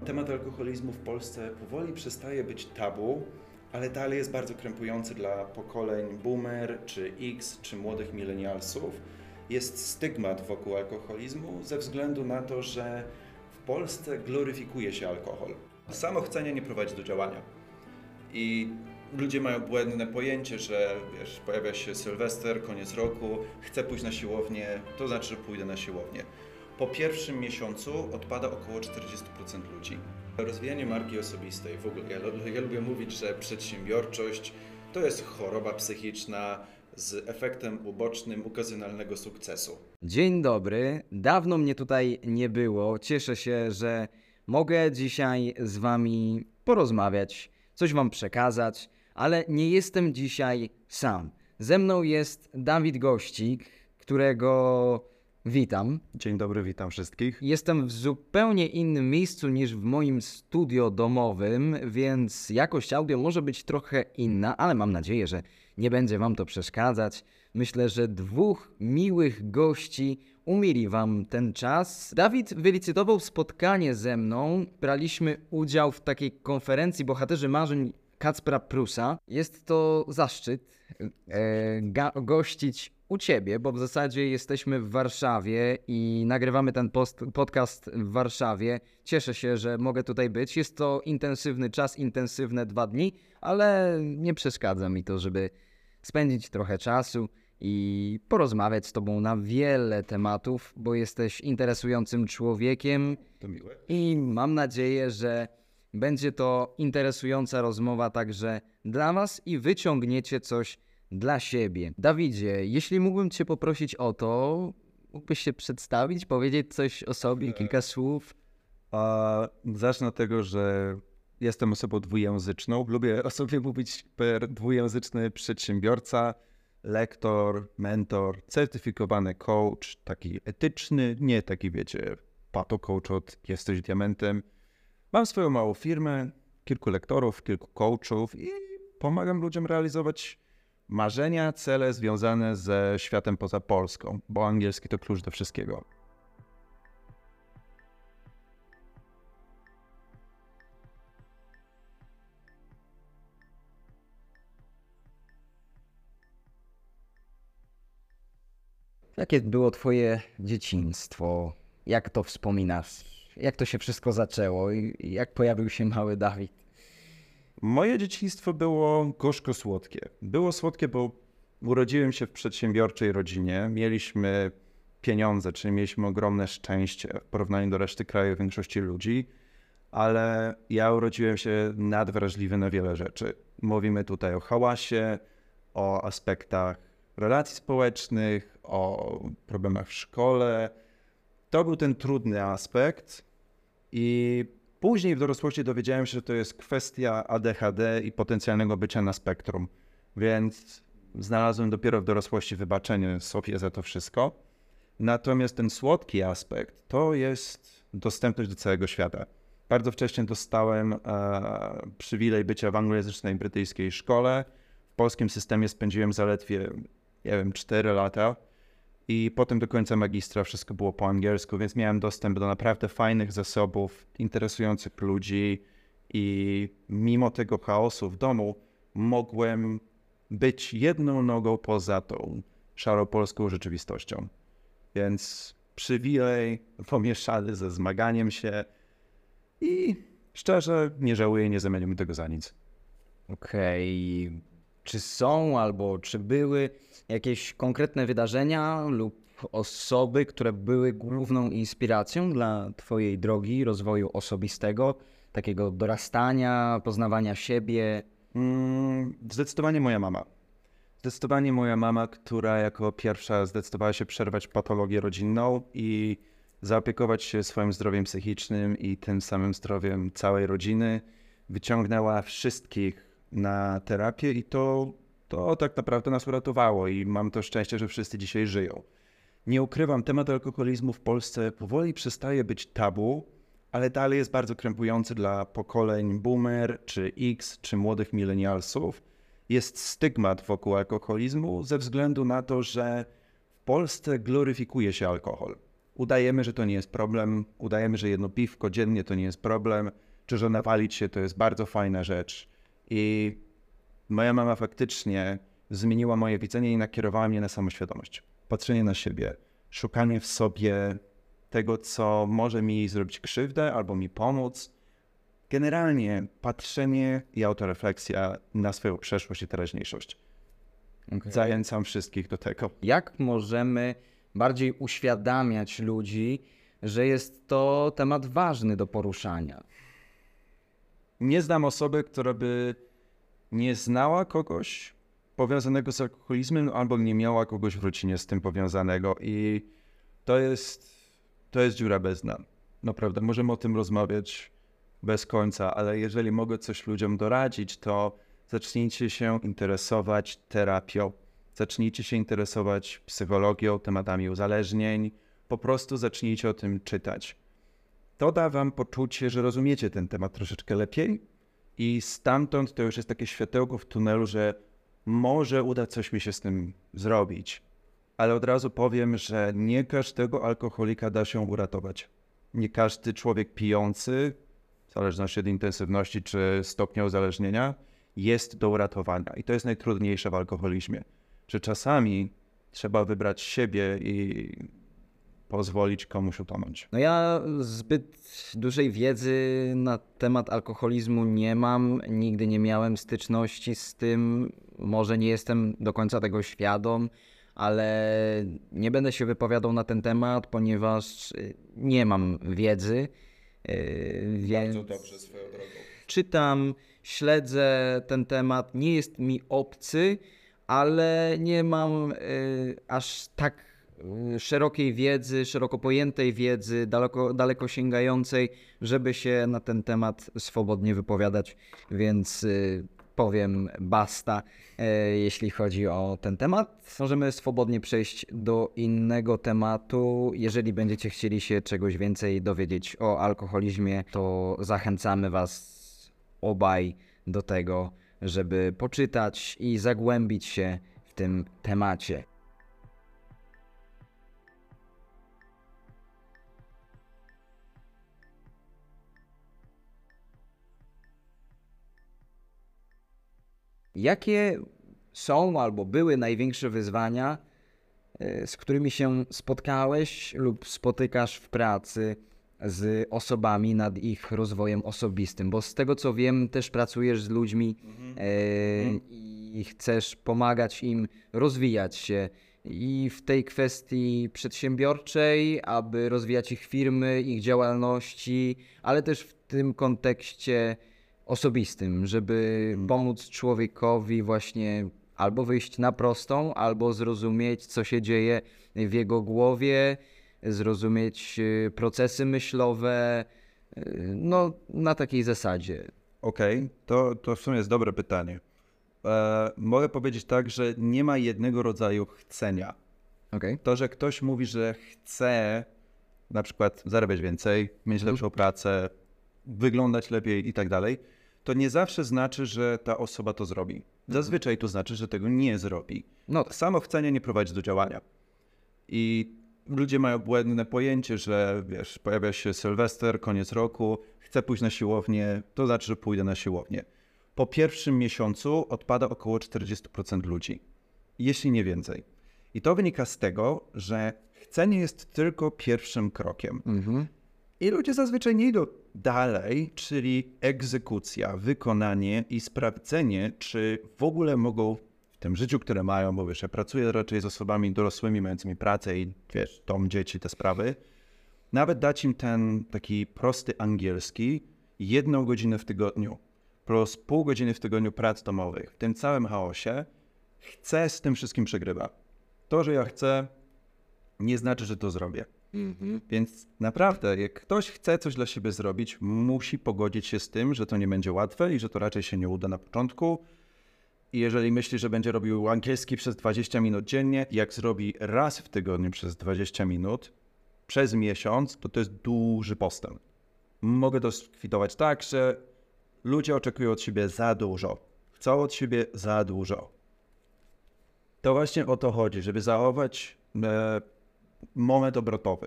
Temat alkoholizmu w Polsce powoli przestaje być tabu, ale dalej jest bardzo krępujący dla pokoleń boomer, czy X, czy młodych milenialsów. Jest stygmat wokół alkoholizmu ze względu na to, że w Polsce gloryfikuje się alkohol. Samo chcenie nie prowadzi do działania. I ludzie mają błędne pojęcie, że pojawia się Sylwester, koniec roku, chcę pójść na siłownię, to znaczy, że pójdę na siłownię. Po pierwszym miesiącu odpada około 40% ludzi. Rozwijanie marki osobistej, w ogóle ja lubię mówić, że przedsiębiorczość to jest choroba psychiczna z efektem ubocznym okazjonalnego sukcesu. Dzień dobry, dawno mnie tutaj nie było. Cieszę się, że mogę dzisiaj z wami porozmawiać, coś wam przekazać, ale nie jestem dzisiaj sam. Ze mną jest Dawid Gościk, którego witam. Dzień dobry, witam wszystkich. Jestem w zupełnie innym miejscu niż w moim studio domowym, więc jakość audio może być trochę inna, ale mam nadzieję, że nie będzie wam to przeszkadzać. Myślę, że dwóch miłych gości umili wam ten czas. Dawid wylicytował spotkanie ze mną. Braliśmy udział w takiej konferencji Bohaterzy Marzeń Kacpra Prusa. Jest to zaszczyt gościć u ciebie, bo w zasadzie jesteśmy w Warszawie i nagrywamy ten podcast w Warszawie. Cieszę się, że mogę tutaj być. Jest to intensywny czas, intensywne 2 dni, ale nie przeszkadza mi to, żeby spędzić trochę czasu i porozmawiać z tobą na wiele tematów, bo jesteś interesującym człowiekiem. To miłe. I mam nadzieję, że będzie to interesująca rozmowa także dla was i wyciągniecie coś dla siebie. Dawidzie, jeśli mógłbym cię poprosić o to, mógłbyś się przedstawić, powiedzieć coś o sobie, kilka słów? Zacznę od tego, że jestem osobą dwujęzyczną. Lubię o sobie mówić dwujęzyczny przedsiębiorca, lektor, mentor, certyfikowany coach, taki etyczny, nie taki wiecie, pato coach od jesteś diamentem. Mam swoją małą firmę, kilku lektorów, kilku coachów i pomagam ludziom realizować marzenia, cele związane ze światem poza Polską, bo angielski to klucz do wszystkiego. Jakie było twoje dzieciństwo? Jak to wspominasz? Jak to się wszystko zaczęło i jak pojawił się mały Dawid? Moje dzieciństwo było gorzko-słodkie. Było słodkie, bo urodziłem się w przedsiębiorczej rodzinie. Mieliśmy pieniądze, czyli mieliśmy ogromne szczęście w porównaniu do reszty kraju, większości ludzi, ale ja urodziłem się nadwrażliwy na wiele rzeczy. Mówimy tutaj o hałasie, o aspektach relacji społecznych, o problemach w szkole. To był ten trudny aspekt i później w dorosłości dowiedziałem się, że to jest kwestia ADHD i potencjalnego bycia na spektrum, więc znalazłem dopiero w dorosłości wybaczenie sobie za to wszystko. Natomiast ten słodki aspekt to jest dostępność do całego świata. Bardzo wcześnie dostałem przywilej bycia w anglojęzycznej brytyjskiej szkole. W polskim systemie spędziłem zaledwie, 4 lata. I potem do końca magistra wszystko było po angielsku, więc miałem dostęp do naprawdę fajnych zasobów, interesujących ludzi i mimo tego chaosu w domu mogłem być jedną nogą poza tą szarą polską rzeczywistością. Więc przywilej pomieszany ze zmaganiem się i szczerze nie żałuję, nie zamieniam tego za nic. Okej. Czy są albo czy były jakieś konkretne wydarzenia lub osoby, które były główną inspiracją dla twojej drogi rozwoju osobistego, takiego dorastania, poznawania siebie? Zdecydowanie moja mama. Zdecydowanie moja mama, która jako pierwsza zdecydowała się przerwać patologię rodzinną i zaopiekować się swoim zdrowiem psychicznym i tym samym zdrowiem całej rodziny. Wyciągnęła wszystkich na terapię i to tak naprawdę nas uratowało i mam to szczęście, że wszyscy dzisiaj żyją. Nie ukrywam, temat alkoholizmu w Polsce powoli przestaje być tabu, ale dalej jest bardzo krępujący dla pokoleń boomer, czy X, czy młodych milenialsów. Jest stygmat wokół alkoholizmu ze względu na to, że w Polsce gloryfikuje się alkohol. udajemy, że to nie jest problem, udajemy, że jedno piwko dziennie to nie jest problem, czy że nawalić się to jest bardzo fajna rzecz. I moja mama faktycznie zmieniła moje widzenie i nakierowała mnie na samoświadomość. Patrzenie na siebie, szukanie w sobie tego, co może mi zrobić krzywdę albo mi pomóc. Generalnie patrzenie i autorefleksja na swoją przeszłość i teraźniejszość. Zachęcam wszystkich do tego. Jak możemy bardziej uświadamiać ludzi, że jest to temat ważny do poruszania? Nie znam osoby, która by nie znała kogoś powiązanego z alkoholizmem albo nie miała kogoś w rodzinie z tym powiązanego i to jest dziura bez dna. Naprawdę, możemy o tym rozmawiać bez końca, ale jeżeli mogę coś ludziom doradzić, to zacznijcie się interesować terapią, zacznijcie się interesować psychologią, tematami uzależnień, po prostu zacznijcie o tym czytać. To da wam poczucie, że rozumiecie ten temat troszeczkę lepiej i stamtąd to już jest takie światełko w tunelu, że może uda coś mi się z tym zrobić. Ale od razu powiem, że nie każdego alkoholika da się uratować. Nie każdy człowiek pijący, w zależności od intensywności czy stopnia uzależnienia, jest do uratowania. I to jest najtrudniejsze w alkoholizmie. Że czasami trzeba wybrać siebie i pozwolić komuś utonąć. No ja zbyt dużej wiedzy na temat alkoholizmu nie mam, nigdy nie miałem styczności z tym, może nie jestem do końca tego świadom, ale nie będę się wypowiadał na ten temat, ponieważ nie mam wiedzy, więc Bardzo dobrze swoją drogą. czytam, śledzę ten temat, nie jest mi obcy, ale nie mam aż tak szerokiej wiedzy, szeroko pojętej wiedzy, daleko sięgającej, żeby się na ten temat swobodnie wypowiadać, więc powiem basta, jeśli chodzi o ten temat. Możemy swobodnie przejść do innego tematu. Jeżeli będziecie chcieli się czegoś więcej dowiedzieć o alkoholizmie, to zachęcamy Was obaj do tego, żeby poczytać i zagłębić się w tym temacie. Jakie są albo były największe wyzwania, z którymi się spotkałeś lub spotykasz w pracy z osobami nad ich rozwojem osobistym? Bo z tego co wiem, też pracujesz z ludźmi i chcesz pomagać im rozwijać się i w tej kwestii przedsiębiorczej, aby rozwijać ich firmy, ich działalności, ale też w tym kontekście osobistym, żeby pomóc człowiekowi właśnie albo wyjść na prostą, albo zrozumieć, co się dzieje w jego głowie, zrozumieć procesy myślowe, no na takiej zasadzie. Okej, to w sumie jest dobre pytanie. Mogę powiedzieć tak, że nie ma jednego rodzaju chcenia. Okej. To, że ktoś mówi, że chce na przykład zarabiać więcej, mieć lepszą pracę, wyglądać lepiej i tak dalej, to nie zawsze znaczy, że ta osoba to zrobi. Zazwyczaj to znaczy, że tego nie zrobi. No Samo chcenie nie prowadzi do działania. I ludzie mają błędne pojęcie, że wiesz, pojawia się Sylwester, koniec roku, chcę pójść na siłownię, to znaczy, że pójdę na siłownię. Po pierwszym miesiącu odpada około 40% ludzi, jeśli nie więcej. I to wynika z tego, że chcenie jest tylko pierwszym krokiem. I ludzie zazwyczaj nie idą dalej, czyli egzekucja, wykonanie i sprawdzenie, czy w ogóle mogą w tym życiu, które mają, bo wiesz, ja pracuję raczej z osobami dorosłymi, mającymi pracę i wiesz, dom, dzieci, te sprawy, nawet dać im ten taki prosty angielski 1 godzinę w tygodniu plus pół godziny w tygodniu prac domowych. W tym całym chaosie chcę z tym wszystkim przegrywa. To, że ja chcę, nie znaczy, że to zrobię. Więc naprawdę, jak ktoś chce coś dla siebie zrobić, musi pogodzić się z tym, że to nie będzie łatwe i że to raczej się nie uda na początku. I jeżeli myśli, że będzie robił angielski przez 20 minut dziennie, jak zrobi raz w tygodniu przez 20 minut, przez miesiąc, to jest duży postęp. Mogę to skwitować tak, że ludzie oczekują od siebie za dużo. Chcą od siebie za dużo. To właśnie o to chodzi, żeby zachować moment obrotowy.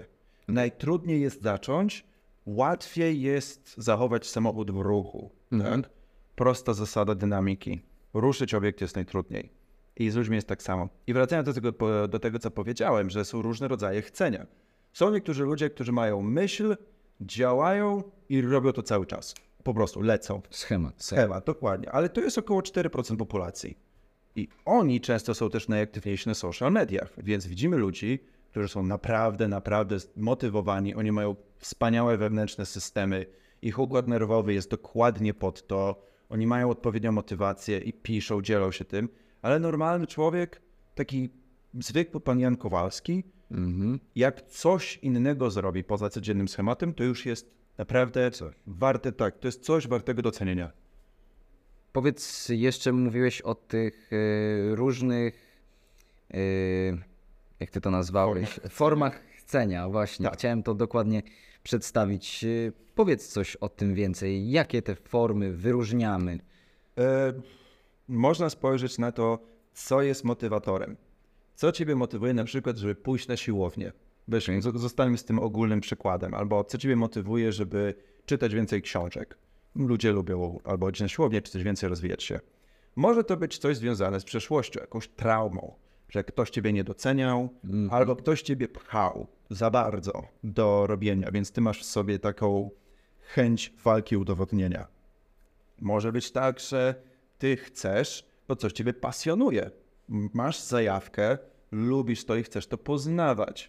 Najtrudniej jest zacząć, łatwiej jest zachować samochód w ruchu. Tak? Prosta zasada dynamiki. Ruszyć obiekt jest najtrudniej. I z ludźmi jest tak samo. I wracając do tego, co powiedziałem, że są różne rodzaje chcenia. Są niektórzy ludzie, którzy mają myśl, działają i robią to cały czas. Po prostu lecą. Schemat, dokładnie. Ale to jest około 4% populacji. I oni często są też najaktywniejsi na social mediach. Więc widzimy ludzi, którzy są naprawdę motywowani. Oni mają wspaniałe wewnętrzne systemy. Ich układ nerwowy jest dokładnie pod to. Oni mają odpowiednią motywację i piszą, dzielą się tym. Ale normalny człowiek, taki zwykły pan Jan Kowalski, jak coś innego zrobi poza codziennym schematem, to już jest naprawdę warte, to jest coś wartego docenienia. Powiedz, jeszcze mówiłeś o tych różnych, jak ty to nazwałeś? Formach chcenia, właśnie. Tak. Chciałem to dokładnie przedstawić. Powiedz coś o tym więcej. Jakie te formy wyróżniamy? Można spojrzeć na to, co jest motywatorem. Co ciebie motywuje na przykład, żeby pójść na siłownię? Zostańmy z tym ogólnym przykładem. Albo co ciebie motywuje, żeby czytać więcej książek? Ludzie lubią albo iść na siłownię, czy coś więcej rozwijać się. Może to być coś związane z przeszłością, jakąś traumą, że ktoś ciebie nie doceniał, albo ktoś ciebie pchał za bardzo do robienia, więc ty masz w sobie taką chęć walki, udowodnienia. Może być tak, że ty chcesz, bo coś ciebie pasjonuje. Masz zajawkę, lubisz to i chcesz to poznawać.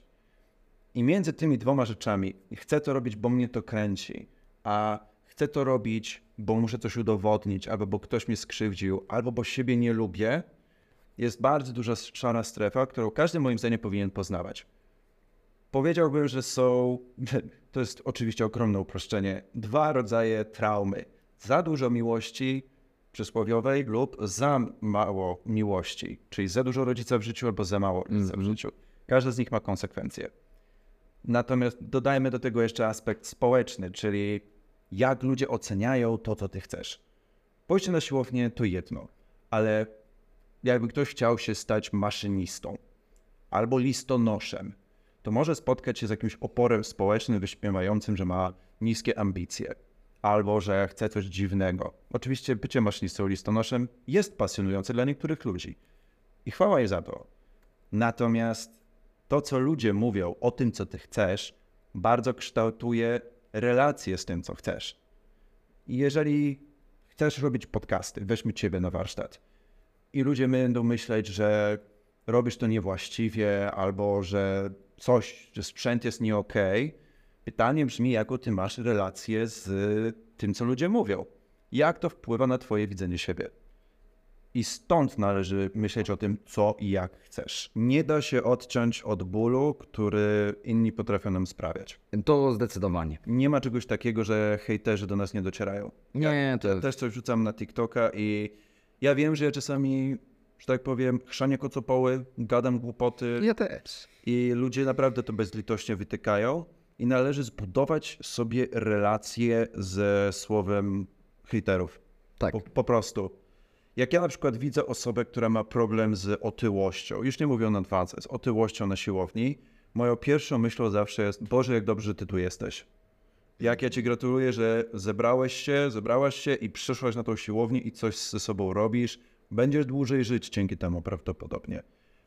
I między tymi dwoma rzeczami, chcę to robić, bo mnie to kręci, a chcę to robić, bo muszę coś udowodnić, albo bo ktoś mnie skrzywdził, albo bo siebie nie lubię, jest bardzo duża szara strefa, którą każdy moim zdaniem powinien poznawać. Powiedziałbym, że są, to jest oczywiście ogromne uproszczenie, dwa rodzaje traumy. Za dużo miłości przysłowiowej lub za mało miłości, czyli za dużo rodzica w życiu albo za mało rodzica w życiu. Każda z nich ma konsekwencje. Natomiast dodajmy do tego jeszcze aspekt społeczny, czyli jak ludzie oceniają to, co ty chcesz. Pójście na siłownię to jedno, ale jakby ktoś chciał się stać maszynistą albo listonoszem, to może spotkać się z jakimś oporem społecznym wyśmiewającym, że ma niskie ambicje albo że chce coś dziwnego. Oczywiście bycie maszynistą, listonoszem jest pasjonujące dla niektórych ludzi i chwała jej za to. Natomiast to, co ludzie mówią o tym, co ty chcesz, bardzo kształtuje relacje z tym, co chcesz. I jeżeli chcesz robić podcasty, weźmy ciebie na warsztat i ludzie będą myśleć, że robisz to niewłaściwie albo że że sprzęt jest nie okej, pytanie brzmi, jaką ty masz relację z tym, co ludzie mówią. Jak to wpływa na twoje widzenie siebie? I stąd należy myśleć o tym, co i jak chcesz. Nie da się odciąć od bólu, który inni potrafią nam sprawiać. To zdecydowanie. Nie ma czegoś takiego, że hejterzy do nas nie docierają. Nie, to... Ja też coś wrzucam na TikToka i ja wiem, że ja czasami, że tak powiem, chrzanię kocopoły, gadam głupoty. Ja też. I ludzie naprawdę to bezlitośnie wytykają i należy zbudować sobie relacje ze słowem hejterów. Tak. Po prostu. Jak ja na przykład widzę osobę, która ma problem z otyłością, już nie mówię o nadwadze, z otyłością na siłowni, moją pierwszą myślą zawsze jest: Boże, jak dobrze, że ty tu jesteś. Jak ja ci gratuluję, że zebrałaś się i przyszłaś na tą siłownię i coś ze sobą robisz. Będziesz dłużej żyć dzięki temu prawdopodobnie.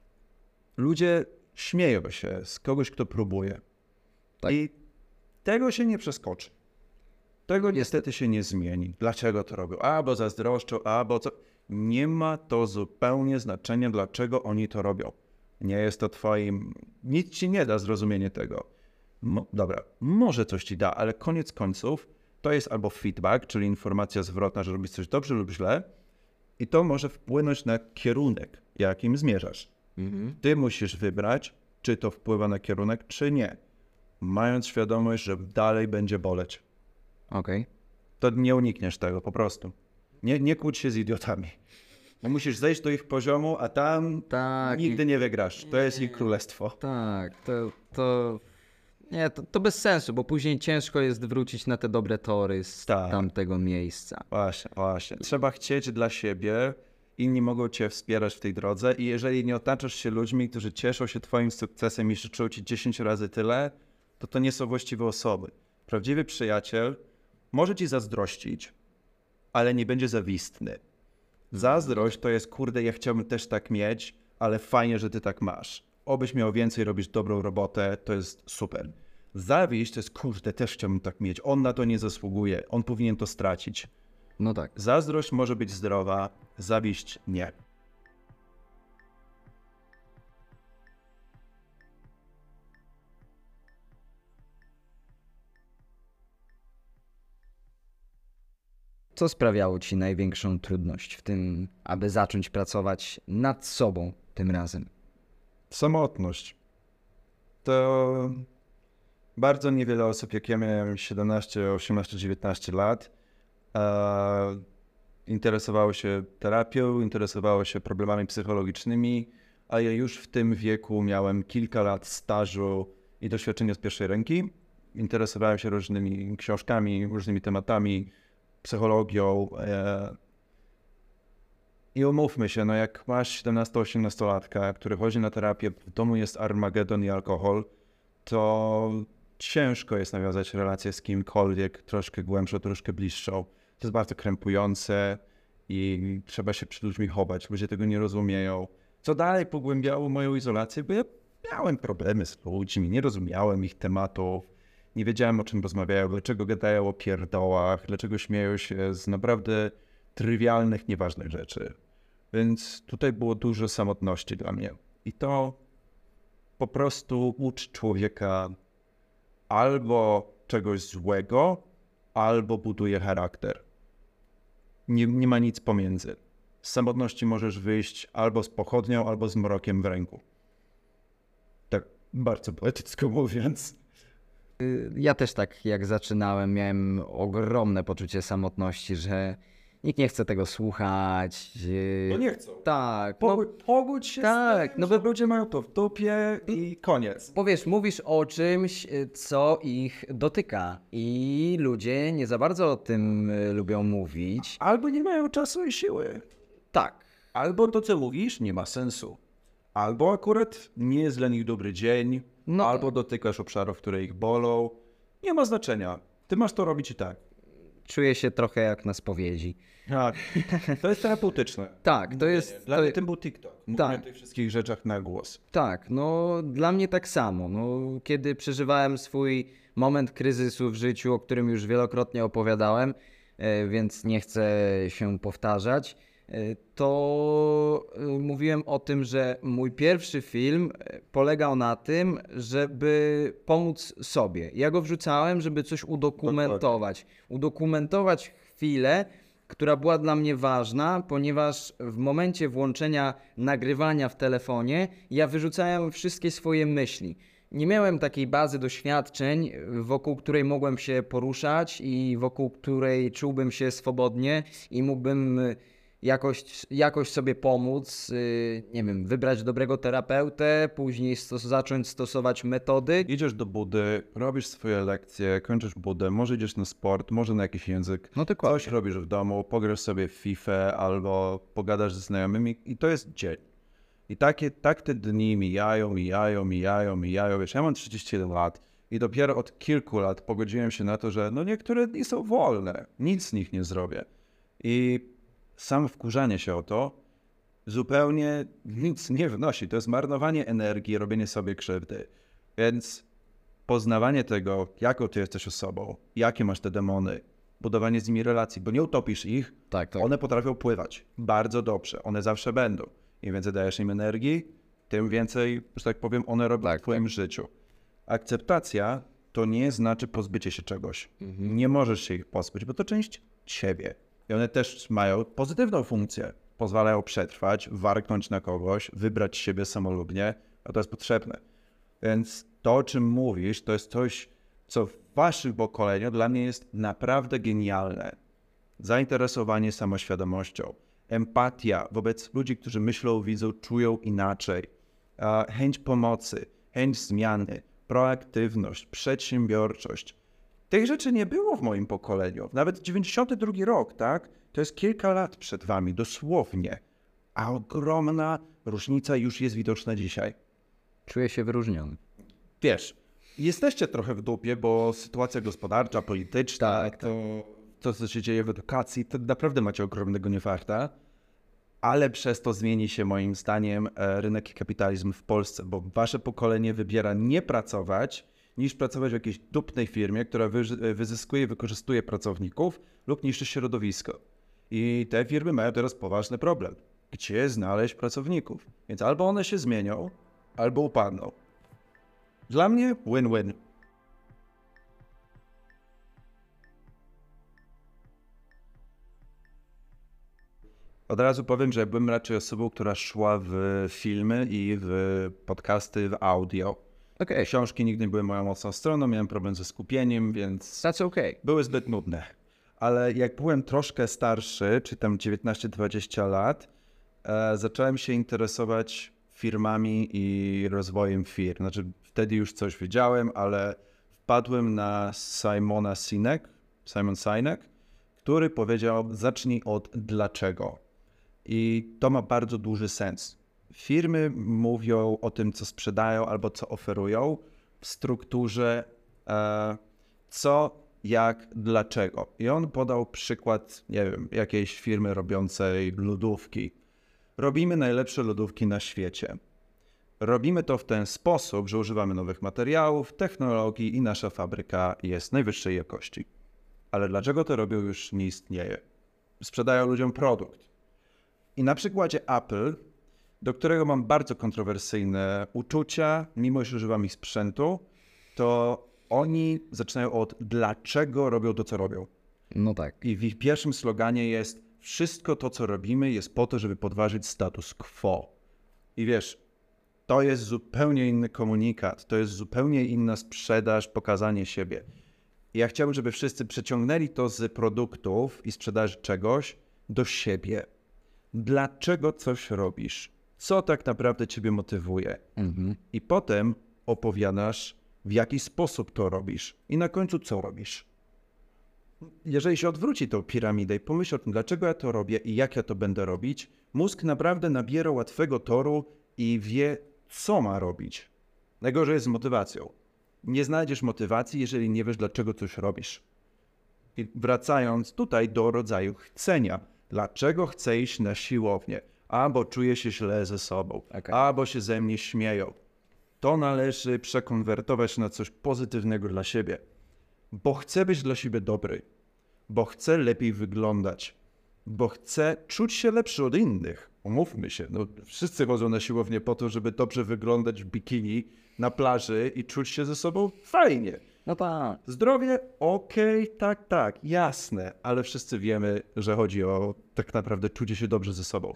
Ludzie śmieją się z kogoś, kto próbuje. Tak. I tego się nie przeskoczy. Tego niestety się nie zmieni. Dlaczego to robią? Bo zazdroszczą, bo co. Nie ma to zupełnie znaczenia, dlaczego oni to robią. Nie jest to twoim... Nic ci nie da zrozumienie tego. Dobra, może coś ci da, ale koniec końców to jest albo feedback, czyli informacja zwrotna, że robisz coś dobrze lub źle i to może wpłynąć na kierunek, jakim zmierzasz. Ty musisz wybrać, czy to wpływa na kierunek, czy nie. Mając świadomość, że dalej będzie boleć. Okej. To nie unikniesz tego po prostu. Nie kłóć się z idiotami. Bo musisz zejść do ich poziomu, a tam Tak. nigdy nie wygrasz. To jest ich królestwo. Tak, to bez sensu, bo później ciężko jest wrócić na te dobre tory z tamtego miejsca. Właśnie. Trzeba chcieć dla siebie. Inni mogą cię wspierać w tej drodze i jeżeli nie otaczasz się ludźmi, którzy cieszą się twoim sukcesem i życzą ci 10 razy tyle, to nie są właściwe osoby. Prawdziwy przyjaciel może ci zazdrościć, ale nie będzie zawistny. Zazdrość to jest, kurde, ja chciałbym też tak mieć, ale fajnie, że ty tak masz. Obyś miał więcej, robisz dobrą robotę, to jest super. Zawiść to jest, kurde, też chciałbym tak mieć. On na to nie zasługuje, on powinien to stracić. No tak. Zazdrość może być zdrowa, zawiść nie. Co sprawiało ci największą trudność w tym, aby zacząć pracować nad sobą tym razem? Samotność. To bardzo niewiele osób, jak ja miałem 17, 18, 19 lat, interesowało się terapią, interesowało się problemami psychologicznymi, a ja już w tym wieku miałem kilka lat stażu i doświadczenia z pierwszej ręki. Interesowałem się różnymi książkami, różnymi tematami, psychologią. I umówmy się, no jak masz 17-18-latka, który chodzi na terapię, w domu jest Armagedon i alkohol, to ciężko jest nawiązać relację z kimkolwiek troszkę głębszą, troszkę bliższą. To jest bardzo krępujące i trzeba się przed ludźmi chować. Ludzie tego nie rozumieją. Co dalej pogłębiało moją izolację, bo ja miałem problemy z ludźmi, nie rozumiałem ich tematów, nie wiedziałem, o czym rozmawiają, dlaczego gadają o pierdołach, dlaczego śmieją się z naprawdę trywialnych, nieważnych rzeczy. Więc tutaj było dużo samotności dla mnie. I to po prostu uczy człowieka albo czegoś złego, albo buduje charakter. Nie ma nic pomiędzy. Z samotności możesz wyjść albo z pochodnią, albo z mrokiem w ręku. Tak bardzo poetycko mówiąc. Ja też tak jak zaczynałem, miałem ogromne poczucie samotności, że nikt nie chce tego słuchać. No nie chcą. Tak, Pogódź się tak, z tym, no że ludzie mają to w dupie i koniec. bo wiesz, mówisz o czymś, co ich dotyka i ludzie nie za bardzo o tym lubią mówić. Albo nie mają czasu i siły. Tak, Albo to, co mówisz, nie ma sensu. Albo akurat nie jest dla nich dobry dzień, No albo dotykasz obszarów, które ich bolą. Nie ma znaczenia. Ty masz to robić i tak. czuję się trochę jak na spowiedzi. Tak. To jest terapeutyczne. Tak, to jest... Dla mnie tym był TikTok. Mówimy Tak. o tych wszystkich rzeczach na głos. Tak, no dla mnie tak samo. No, kiedy przeżywałem swój moment kryzysu w życiu, o którym już wielokrotnie opowiadałem, więc nie chcę się powtarzać, to mówiłem o tym, że mój pierwszy film polegał na tym, żeby pomóc sobie. Ja go wrzucałem, żeby coś udokumentować. Udokumentować chwilę, która była dla mnie ważna, ponieważ w momencie włączenia nagrywania w telefonie ja wyrzucałem wszystkie swoje myśli. Nie miałem takiej bazy doświadczeń, wokół której mogłem się poruszać i wokół której czułbym się swobodnie i mógłbym jakoś sobie pomóc, nie wiem, wybrać dobrego terapeutę, później zacząć stosować metody. Idziesz do budy, robisz swoje lekcje, kończysz budę, może idziesz na sport, może na jakiś język. No dokładnie. Coś robisz w domu, pograsz sobie w FIFA albo pogadasz ze znajomymi i to jest dzień. I tak te dni mijają. Wiesz, ja mam 31 lat i dopiero od kilku lat pogodziłem się na to, że no niektóre dni są wolne, nic z nich nie zrobię. I sam wkurzanie się o to zupełnie nic nie wnosi. To jest marnowanie energii, robienie sobie krzywdy. Więc poznawanie tego, jaką ty jesteś osobą, jakie masz te demony, budowanie z nimi relacji, bo nie utopisz ich, Tak, tak. one potrafią pływać bardzo dobrze, one zawsze będą. Im więcej dajesz im energii, tym więcej, że tak powiem, one robią w twoim życiu. Akceptacja to nie znaczy pozbycie się czegoś. Nie możesz się ich pozbyć, bo to część ciebie. I one też mają pozytywną funkcję. Pozwalają przetrwać, warknąć na kogoś, wybrać siebie samolubnie, a to jest potrzebne. Więc to, o czym mówisz, to jest coś, co w waszym pokoleniu dla mnie jest naprawdę genialne. Zainteresowanie samoświadomością, empatia wobec ludzi, którzy myślą, widzą, czują inaczej, chęć pomocy, chęć zmiany, proaktywność, przedsiębiorczość. Tych rzeczy nie było w moim pokoleniu. Nawet 92 rok, tak? To jest kilka lat przed wami, dosłownie. A ogromna różnica już jest widoczna dzisiaj. Czuję się wyróżniony. Wiesz, Jesteście trochę w dupie, bo sytuacja gospodarcza, polityczna, Tak. to co się dzieje w edukacji, to naprawdę macie ogromnego niefarta, ale przez to zmieni się moim zdaniem rynek i kapitalizm w Polsce, bo wasze pokolenie wybiera nie pracować, niż pracować w jakiejś dupnej firmie, która wyzyskuje i wykorzystuje pracowników lub niszczy środowisko. I te firmy mają teraz poważny problem. Gdzie znaleźć pracowników? Więc albo one się zmienią, albo upadną. Dla mnie win-win. Od razu powiem, że byłem raczej osobą, która szła w filmy i w podcasty, w audio. Okej, Książki nigdy nie były moją mocną stroną, miałem problem ze skupieniem, więc that's okay. były zbyt nudne. Ale jak byłem troszkę starszy, czy tam 19-20 lat, zacząłem się interesować firmami i rozwojem firm. Znaczy wtedy już coś wiedziałem, ale wpadłem na Simon Sinek, który powiedział: zacznij od dlaczego. I to ma bardzo duży sens. Firmy mówią o tym, co sprzedają albo co oferują w strukturze co, jak, dlaczego. I on podał przykład, nie wiem, jakiejś firmy robiącej lodówki. Robimy najlepsze lodówki na świecie. Robimy to w ten sposób, że używamy nowych materiałów, technologii i nasza fabryka jest najwyższej jakości. Ale dlaczego to robią, już nie istnieje. Sprzedają ludziom produkt. I na przykładzie Apple, do którego mam bardzo kontrowersyjne uczucia, mimo że używam ich sprzętu, to oni zaczynają od dlaczego robią to, co robią. No tak. I w ich pierwszym sloganie jest: wszystko to, co robimy, jest po to, żeby podważyć status quo. I wiesz, to jest zupełnie inny komunikat, to jest zupełnie inna sprzedaż, pokazanie siebie. I ja chciałbym, żeby wszyscy przeciągnęli to z produktów i sprzedaży czegoś do siebie. Dlaczego coś robisz? Co tak naprawdę ciebie motywuje? I potem opowiadasz, w jaki sposób to robisz. I na końcu co robisz? Jeżeli się odwróci tą piramidę i pomyśl o tym, dlaczego ja to robię i jak ja to będę robić, mózg naprawdę nabiera łatwego toru i wie, co ma robić. Najgorzej jest z motywacją. Nie znajdziesz motywacji, jeżeli nie wiesz, dlaczego coś robisz. I wracając tutaj do rodzaju chcenia. Dlaczego chcę iść na siłownię? Albo czuję się źle ze sobą, albo się ze mnie śmieją. To należy przekonwertować na coś pozytywnego dla siebie. Bo chcę być dla siebie dobry. Bo chcę lepiej wyglądać. Bo chcę czuć się lepszy od innych. Umówmy się, no, wszyscy chodzą na siłownię po to, żeby dobrze wyglądać w bikini na plaży i czuć się ze sobą fajnie. No tak. Zdrowie? Okej, tak, jasne, ale wszyscy wiemy, że chodzi o tak naprawdę czucie się dobrze ze sobą.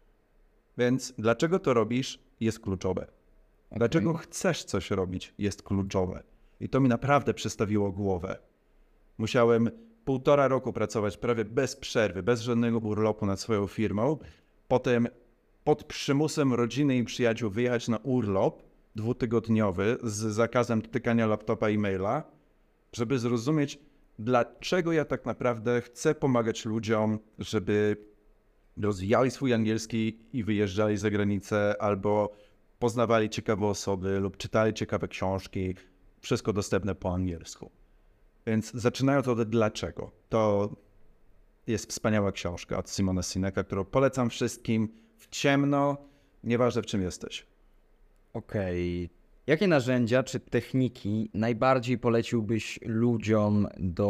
Więc dlaczego to robisz, jest kluczowe. Dlaczego chcesz coś robić, jest kluczowe. I to mi naprawdę przestawiło głowę. Musiałem 1,5 roku pracować prawie bez przerwy, bez żadnego urlopu nad swoją firmą. Potem pod przymusem rodziny i przyjaciół wyjechać na urlop 2-tygodniowy z zakazem dotykania laptopa i maila, żeby zrozumieć, dlaczego ja tak naprawdę chcę pomagać ludziom, żeby rozwijali swój angielski i wyjeżdżali za granicę, albo poznawali ciekawe osoby lub czytali ciekawe książki, wszystko dostępne po angielsku. Więc zaczynając od dlaczego. To jest wspaniała książka od Simona Sineka, którą polecam wszystkim w ciemno, nieważne w czym jesteś. Okej. Jakie narzędzia czy techniki najbardziej poleciłbyś ludziom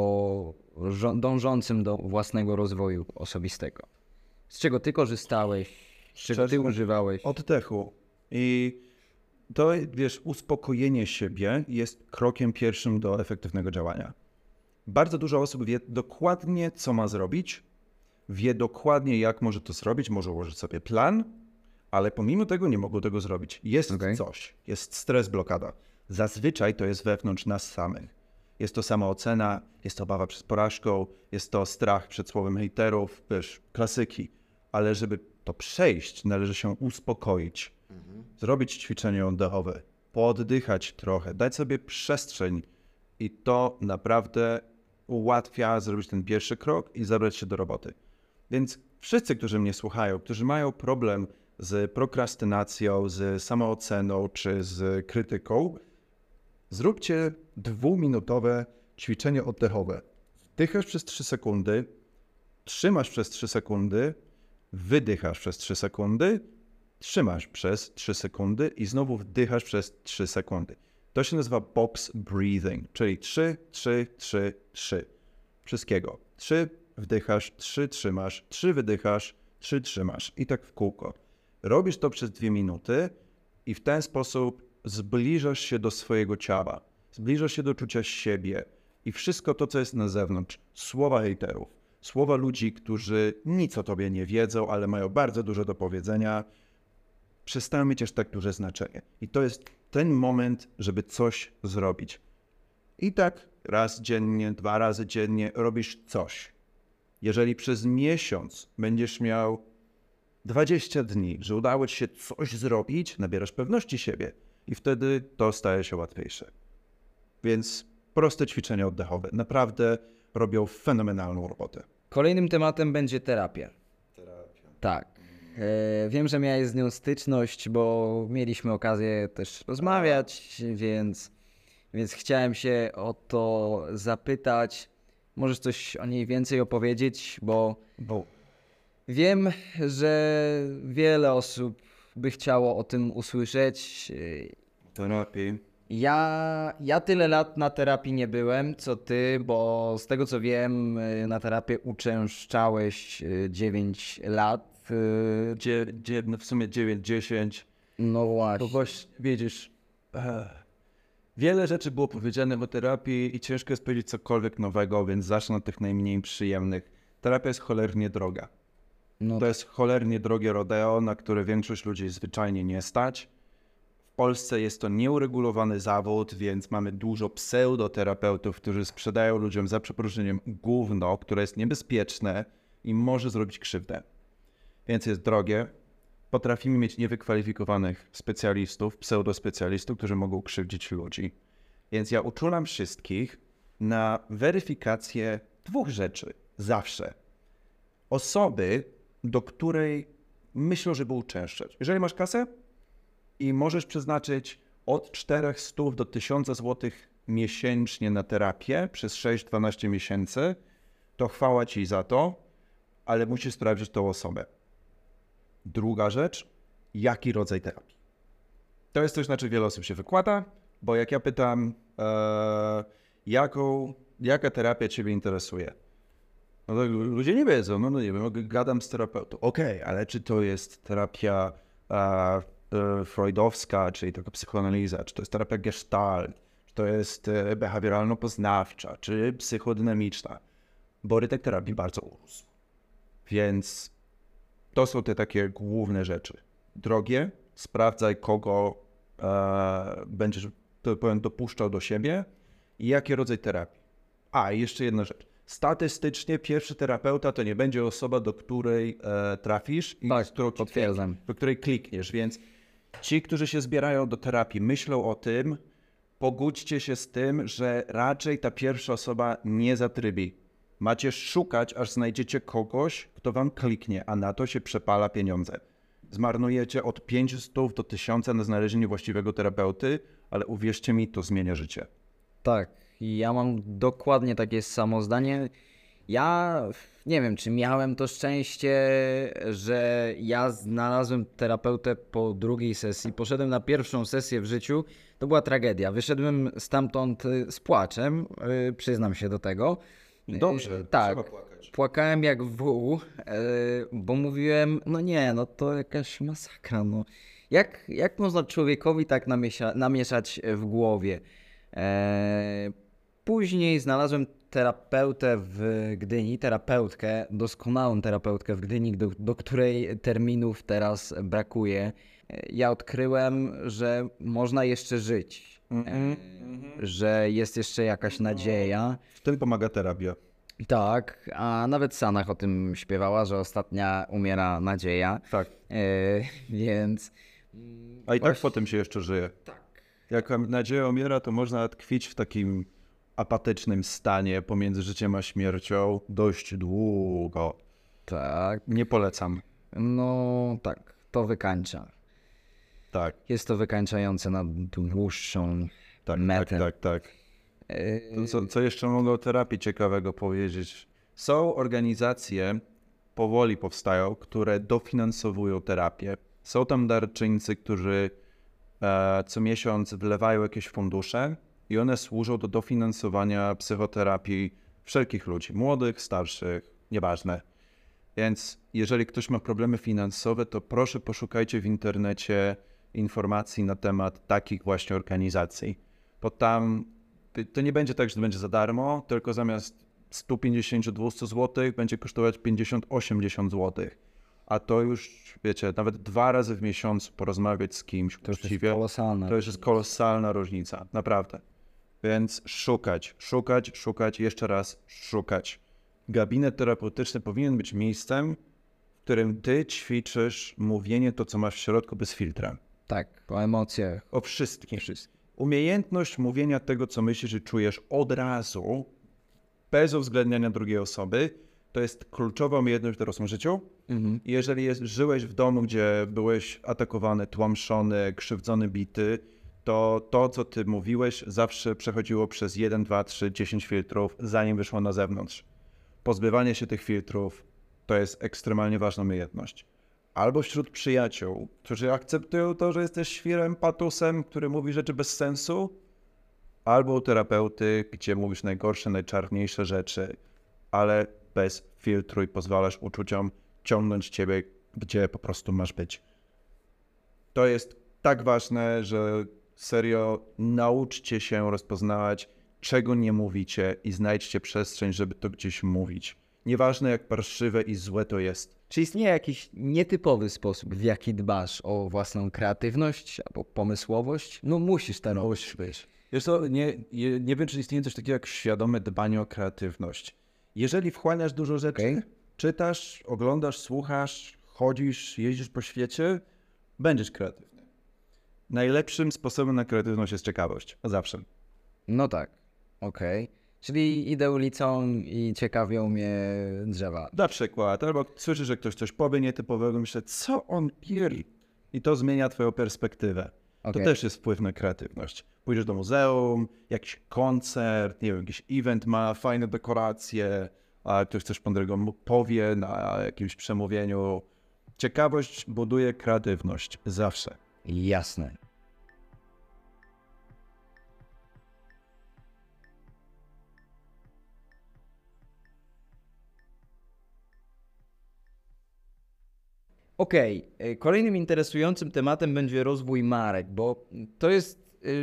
dążącym do własnego rozwoju osobistego? Z czego ty korzystałeś? Z czego ty używałeś? Oddechu. I to, wiesz, uspokojenie siebie jest krokiem pierwszym do efektywnego działania. Bardzo dużo osób wie dokładnie, co ma zrobić, wie dokładnie, jak może to zrobić, może ułożyć sobie plan, ale pomimo tego nie mogą tego zrobić. Jest coś, jest stres, blokada. Zazwyczaj to jest wewnątrz nas samych. Jest to samoocena, jest to obawa przed porażką, jest to strach przed słowem hejterów, wiesz, klasyki. Ale żeby to przejść, należy się uspokoić. Zrobić ćwiczenie oddechowe, pooddychać trochę, dać sobie przestrzeń i to naprawdę ułatwia zrobić ten pierwszy krok i zabrać się do roboty. Więc wszyscy, którzy mnie słuchają, którzy mają problem z prokrastynacją, z samooceną czy z krytyką, Zróbcie 2-minutowe ćwiczenie oddechowe. Wdychasz przez 3 sekundy, trzymasz przez 3 sekundy, wydychasz przez 3 sekundy, trzymasz przez 3 sekundy i znowu wdychasz przez 3 sekundy. To się nazywa box breathing, czyli 3, 3, 3, 3. Wszystkiego. 3 wdychasz, 3 trzymasz, 3 wydychasz, 3 trzymasz i tak w kółko. Robisz to przez 2 minuty i w ten sposób zbliżasz się do swojego ciała, zbliżasz się do czucia siebie i wszystko to, co jest na zewnątrz, słowa hejterów, słowa ludzi, którzy nic o tobie nie wiedzą, ale mają bardzo dużo do powiedzenia, przestają mieć aż tak duże znaczenie. I to jest ten moment, żeby coś zrobić. I tak raz dziennie, 2 razy dziennie robisz coś. Jeżeli przez miesiąc będziesz miał 20 dni, że udało ci się coś zrobić, nabierasz pewności siebie i wtedy to staje się łatwiejsze. Więc proste ćwiczenia oddechowe naprawdę robią fenomenalną robotę. Kolejnym tematem będzie terapia. Tak. Wiem, że miałeś z nią styczność, bo mieliśmy okazję też rozmawiać, więc chciałem się o to zapytać. Możesz coś o niej więcej opowiedzieć, bo wiem, że wiele osób by chciało o tym usłyszeć. Terapii. Ja tyle lat na terapii nie byłem, co ty, bo z tego co wiem, na terapię uczęszczałeś 9 lat. W sumie 9-10. No właśnie. To właśnie, widzisz, wiele rzeczy było powiedziane o terapii i ciężko jest powiedzieć cokolwiek nowego, więc zacznę od tych najmniej przyjemnych. Terapia jest cholernie droga. No To jest cholernie drogie rodeo, na które większość ludzi zwyczajnie nie stać. W Polsce jest to nieuregulowany zawód, więc mamy dużo pseudoterapeutów, którzy sprzedają ludziom za przeproszeniem gówno, które jest niebezpieczne i może zrobić krzywdę. Więc jest drogie. Potrafimy mieć niewykwalifikowanych specjalistów, pseudospecjalistów, którzy mogą krzywdzić ludzi. Więc ja uczulam wszystkich na weryfikację 2 rzeczy. Zawsze. Osoby, do której myślą, żeby uczęszczać. Jeżeli masz kasę i możesz przeznaczyć od 400 do 1000 zł miesięcznie na terapię przez 6-12 miesięcy, to chwała ci za to, ale musisz sprawdzić tą osobę. Druga rzecz, jaki rodzaj terapii. To jest coś, na czym wiele osób się wykłada, bo jak ja pytam, jaka terapia ciebie interesuje, no to ludzie nie wiedzą, no nie wiem, gadam z terapeutą. Okej, ale czy to jest terapia freudowska, czyli taka psychoanaliza, czy to jest terapia gestalt, czy to jest behawioralno-poznawcza, czy psychodynamiczna, bo rynek terapii bardzo urósł. Więc to są te takie główne rzeczy. Drogie, sprawdzaj kogo będziesz dopuszczał do siebie i jaki rodzaj terapii. I jeszcze jedna rzecz. Statystycznie pierwszy terapeuta to nie będzie osoba, do której trafisz i Tak, potwierdzam. Do której klikniesz, więc ci, którzy się zbierają do terapii, myślą o tym, pogódźcie się z tym, że raczej ta pierwsza osoba nie zatrybi. Macie szukać, aż znajdziecie kogoś, kto wam kliknie, a na to się przepala pieniądze. Zmarnujecie od 500 do 1000 na znalezienie właściwego terapeuty, ale uwierzcie mi, to zmienia życie. tak, ja mam dokładnie takie samo zdanie. Ja nie wiem, czy miałem to szczęście, że ja znalazłem terapeutę po drugiej sesji. Poszedłem na pierwszą sesję w życiu. To była tragedia. Wyszedłem stamtąd z płaczem, przyznam się do tego. Dobrze, tak. trzeba płakać. Płakałem jak wół, bo mówiłem, no nie, no to jakaś masakra, no. Jak można człowiekowi tak namieszać w głowie? Później znalazłem terapeutę w Gdyni, doskonałą terapeutkę w Gdyni, do której terminów teraz brakuje. Ja odkryłem, że można jeszcze żyć, że jest jeszcze jakaś nadzieja. W tym pomaga terapia. Tak, a nawet Sanach o tym śpiewała, że ostatnia umiera nadzieja. Tak. Więc... A i tak potem się jeszcze żyje. Tak. Jak nadzieja umiera, to można tkwić w takim apatycznym stanie pomiędzy życiem a śmiercią dość długo. Tak. Nie polecam. No tak, to wykańcza. Tak. Jest to wykańczające na dłuższą Tak, mety. tak. Co jeszcze mogę o terapii ciekawego powiedzieć? Są organizacje, powoli powstają, które dofinansowują terapię. Są tam darczyńcy, którzy co miesiąc wlewają jakieś fundusze i one służą do dofinansowania psychoterapii wszelkich ludzi, młodych, starszych, nieważne. Więc jeżeli ktoś ma problemy finansowe, to proszę poszukajcie w internecie informacji na temat takich właśnie organizacji. Bo tam to nie będzie tak, że to będzie za darmo, tylko zamiast 150-200 zł będzie kosztować 50-80 zł. A to już, wiecie, nawet 2 razy w miesiącu porozmawiać z kimś To już jest uczciwie, kolosalne. to już jest kolosalna różnica, naprawdę. Więc szukać, jeszcze raz szukać. Gabinet terapeutyczny powinien być miejscem, w którym ty ćwiczysz mówienie to, co masz w środku, bez filtra. Tak, o emocjach. O wszystkim. Umiejętność mówienia tego, co myślisz i czujesz od razu, bez uwzględniania drugiej osoby, to jest kluczowa umiejętność w dorosłym życiu. I jeżeli żyłeś w domu, gdzie byłeś atakowany, tłamszony, krzywdzony, bity, to, co ty mówiłeś, zawsze przechodziło przez 1, 2, 3, 10 filtrów, zanim wyszło na zewnątrz. Pozbywanie się tych filtrów to jest ekstremalnie ważna umiejętność. Albo wśród przyjaciół, którzy akceptują to, że jesteś świrem, patusem, który mówi rzeczy bez sensu, albo u terapeuty, gdzie mówisz najgorsze, najczarniejsze rzeczy, ale bez filtru i pozwalasz uczuciom ciągnąć ciebie, gdzie po prostu masz być. To jest tak ważne, że serio nauczcie się rozpoznawać, czego nie mówicie i znajdźcie przestrzeń, żeby to gdzieś mówić. Nieważne jak parszywe i złe to jest. Czy istnieje jakiś nietypowy sposób, w jaki dbasz o własną kreatywność albo pomysłowość? No musisz to robić. Wiesz co, nie wiem, czy istnieje coś takiego jak świadome dbanie o kreatywność. Jeżeli wchłaniasz dużo rzeczy, czytasz, oglądasz, słuchasz, chodzisz, jeździsz po świecie, będziesz kreatywny. Najlepszym sposobem na kreatywność jest ciekawość. Zawsze. No tak, okej. Czyli idę ulicą i ciekawią mnie drzewa. Na przykład, albo słyszysz, że ktoś coś powie nietypowego, myślę, co on pierdzi? I to zmienia twoją perspektywę. To Okej. też jest wpływ na kreatywność. Pójdziesz do muzeum, jakiś koncert, nie wiem, jakiś event ma fajne dekoracje, a ktoś coś mądrego mu powie na jakimś przemówieniu. Ciekawość buduje kreatywność. Zawsze. Jasne. Okej, kolejnym interesującym tematem będzie rozwój marek, bo to jest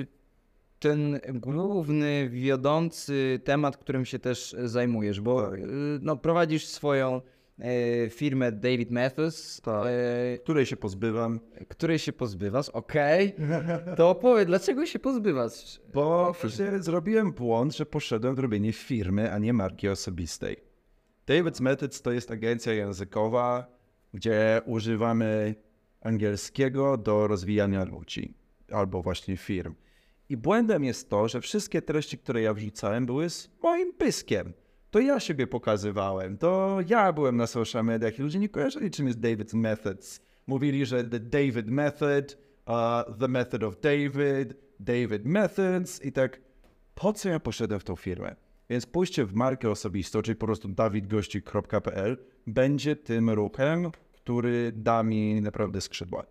ten główny, wiodący temat, którym się też zajmujesz, bo no, prowadzisz swoją firmę David Mathers, Której się pozbywam, której się pozbywasz, okej. To opowiedz, dlaczego się pozbywasz? bo właśnie zrobiłem błąd, że poszedłem w robienie firmy, a nie marki osobistej. David's Methods to jest agencja językowa, gdzie używamy angielskiego do rozwijania ludzi albo właśnie firm. I błędem jest to, że wszystkie treści, które ja wrzucałem, były z moim pyskiem. To ja siebie pokazywałem, to ja byłem na social mediach i ludzie nie kojarzyli, czym jest David's Methods. Mówili, że the David Method, the Method of David, David Methods i tak, po co ja poszedłem w tą firmę? Więc pójście w markę osobistą, czyli po prostu dawidgościk.pl będzie tym ruchem, który da mi naprawdę skrzydła.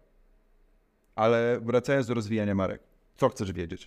Ale wracając do rozwijania marek, co chcesz wiedzieć?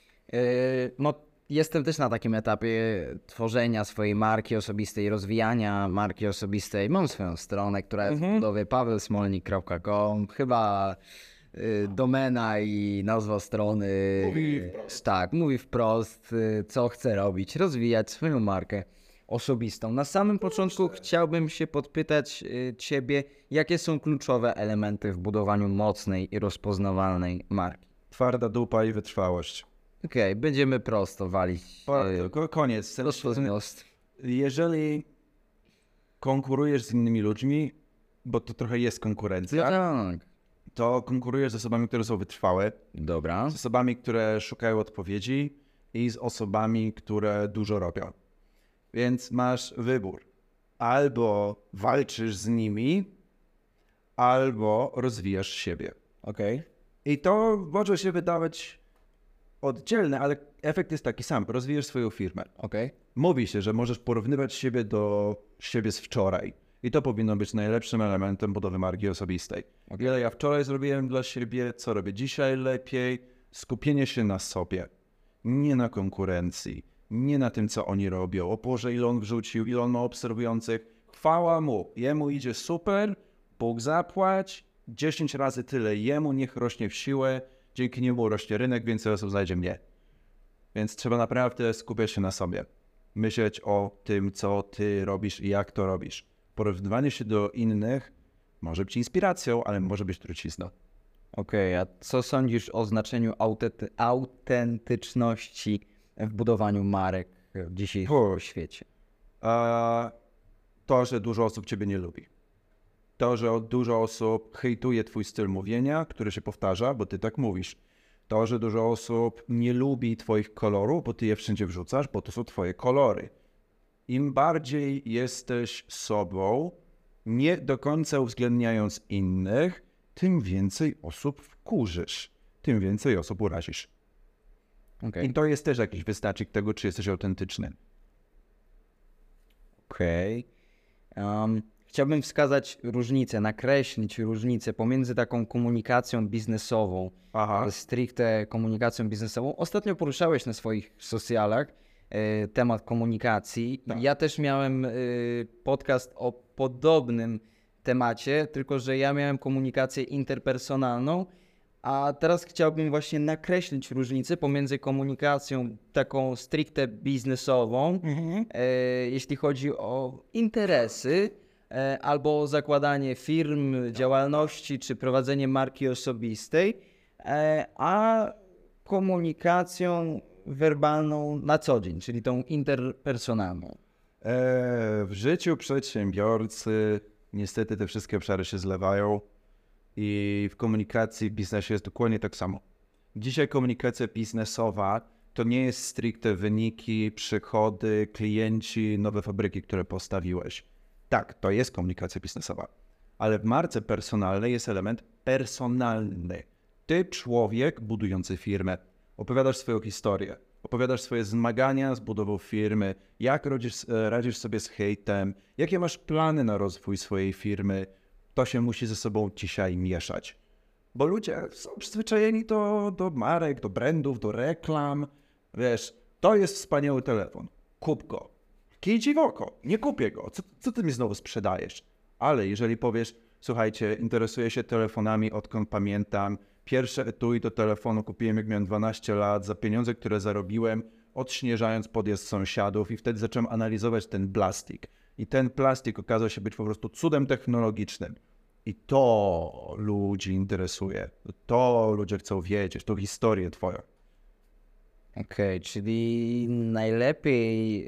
No, jestem też na takim etapie tworzenia swojej marki osobistej, rozwijania marki osobistej. Mam swoją stronę, która jest w budowie pawelsmolnik.com. Chyba domena i nazwa strony. Mówi wprost. Tak, mówi wprost, co chcę robić, rozwijać swoją markę osobistą. Na samym początku chciałbym się podpytać ciebie, jakie są kluczowe elementy w budowaniu mocnej i rozpoznawalnej marki. Twarda dupa i wytrwałość. Okej, będziemy prosto walić. Koniec. Rozpoznajost. Jeżeli konkurujesz z innymi ludźmi, bo to trochę jest konkurencja, Tak. to konkurujesz z osobami, które są wytrwałe, Dobra. z osobami, które szukają odpowiedzi i z osobami, które dużo robią. Więc masz wybór. Albo walczysz z nimi, albo rozwijasz siebie. Okej. I to może się wydawać oddzielne, ale efekt jest taki sam. Rozwijasz swoją firmę. Okej. Mówi się, że możesz porównywać siebie do siebie z wczoraj. I to powinno być najlepszym elementem budowy marki osobistej. O wiele ja wczoraj zrobiłem dla siebie, co robię dzisiaj lepiej. Skupienie się na sobie, nie na konkurencji, nie na tym, co oni robią. O Boże, ile on wrzucił, ile on ma obserwujących. Chwała mu, jemu idzie super, Bóg zapłać, 10 razy tyle jemu, niech rośnie w siłę, dzięki niemu rośnie rynek, więcej osób znajdzie mnie. Więc trzeba naprawdę skupiać się na sobie. Myśleć o tym, co ty robisz i jak to robisz. Porównywanie się do innych może być inspiracją, ale może być trucizną. Okej, a co sądzisz o znaczeniu autentyczności w budowaniu marek w dzisiejszym świecie? A to, że dużo osób ciebie nie lubi. To, że dużo osób hejtuje twój styl mówienia, który się powtarza, bo ty tak mówisz. To, że dużo osób nie lubi twoich kolorów, bo ty je wszędzie wrzucasz, bo to są twoje kolory. Im bardziej jesteś sobą, nie do końca uwzględniając innych, tym więcej osób wkurzysz, tym więcej osób urazisz. Okej. I to jest też jakiś wyznacznik tego, czy jesteś autentyczny. Okej. Chciałbym wskazać różnicę, nakreślić różnicę pomiędzy taką komunikacją biznesową, Aha. stricte komunikacją biznesową. Ostatnio poruszałeś na swoich socialach temat komunikacji. Tak. Ja też miałem podcast o podobnym temacie, tylko że ja miałem komunikację interpersonalną, a teraz chciałbym właśnie nakreślić różnicę pomiędzy komunikacją taką stricte biznesową, jeśli chodzi o interesy, albo zakładanie firm, działalności, czy prowadzenie marki osobistej, a komunikacją werbalną na co dzień, czyli tą interpersonalną. W życiu przedsiębiorcy niestety te wszystkie obszary się zlewają i w komunikacji w biznesie jest dokładnie tak samo. Dzisiaj komunikacja biznesowa to nie jest stricte wyniki, przychody, klienci, nowe fabryki, które postawiłeś. Tak, to jest komunikacja biznesowa, ale w marce personalnej jest element personalny. Ty, człowiek budujący firmę, opowiadasz swoją historię, opowiadasz swoje zmagania z budową firmy, jak radzisz sobie z hejtem, jakie masz plany na rozwój swojej firmy. To się musi ze sobą dzisiaj mieszać. Bo ludzie są przyzwyczajeni do marek, do brandów, do reklam. Wiesz, to jest wspaniały telefon, kup go. Kij ci w oko, nie kupię go, co ty mi znowu sprzedajesz? Ale jeżeli powiesz, słuchajcie, interesuję się telefonami odkąd pamiętam, pierwsze etui do telefonu kupiłem jak miałem 12 lat za pieniądze, które zarobiłem, odśnieżając podjazd sąsiadów i wtedy zacząłem analizować ten plastik. I ten plastik okazał się być po prostu cudem technologicznym. I to ludzi interesuje, to ludzie chcą wiedzieć, tą historię twoją. Okej, czyli najlepiej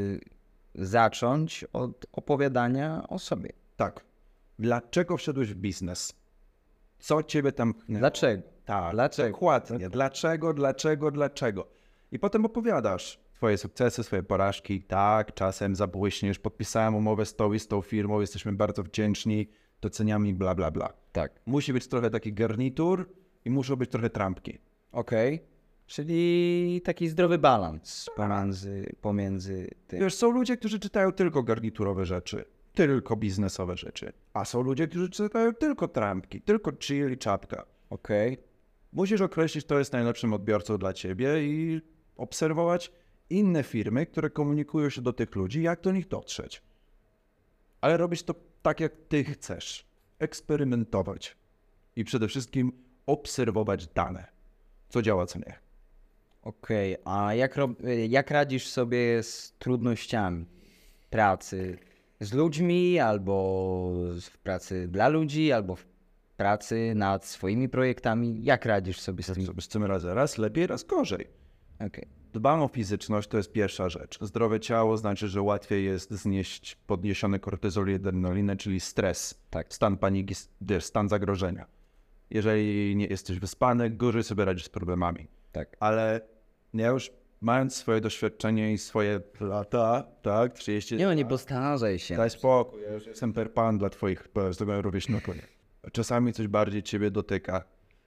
zacząć od opowiadania o sobie. Tak. Dlaczego wszedłeś w biznes? Co ciebie tam pchnęło? Dlaczego? Tak, Dlaczego? dokładnie. Dlaczego? I potem opowiadasz twoje sukcesy, swoje porażki. Tak, czasem zabłyśniesz, podpisałem umowę z tą firmą, jesteśmy bardzo wdzięczni, doceniamy, bla, bla, bla. Tak. Musi być trochę taki garnitur i muszą być trochę trampki. Okej. Czyli taki zdrowy balans pomiędzy tym. Wiesz, są ludzie, którzy czytają tylko garniturowe rzeczy, tylko biznesowe rzeczy, a są ludzie, którzy czytają tylko trampki, tylko chill i czapka. Okej. Musisz określić, kto jest najlepszym odbiorcą dla ciebie i obserwować inne firmy, które komunikują się do tych ludzi, jak do nich dotrzeć. Ale robić to tak, jak ty chcesz. Eksperymentować. I przede wszystkim obserwować dane. Co działa, co nie. Okej, a jak radzisz sobie z trudnościami pracy z ludźmi, albo w pracy dla ludzi, albo w pracy nad swoimi projektami? Jak radzisz sobie z tym? Zobaczymy raz lepiej, raz gorzej. Okej. Dbam o fizyczność, to jest pierwsza rzecz. Zdrowe ciało znaczy, że łatwiej jest znieść podniesiony kortyzol i adrenalinę, czyli stres, Tak. stan paniki, stan zagrożenia. Jeżeli nie jesteś wyspany, gorzej sobie radzisz z problemami. Tak. Ale ja już mając swoje doświadczenie i swoje lata, tak, 30 Nie, nie postarzaj się. daj spokój, ja już jestem per pan dla twoich rówieśników. Czasami coś bardziej ciebie dotyka.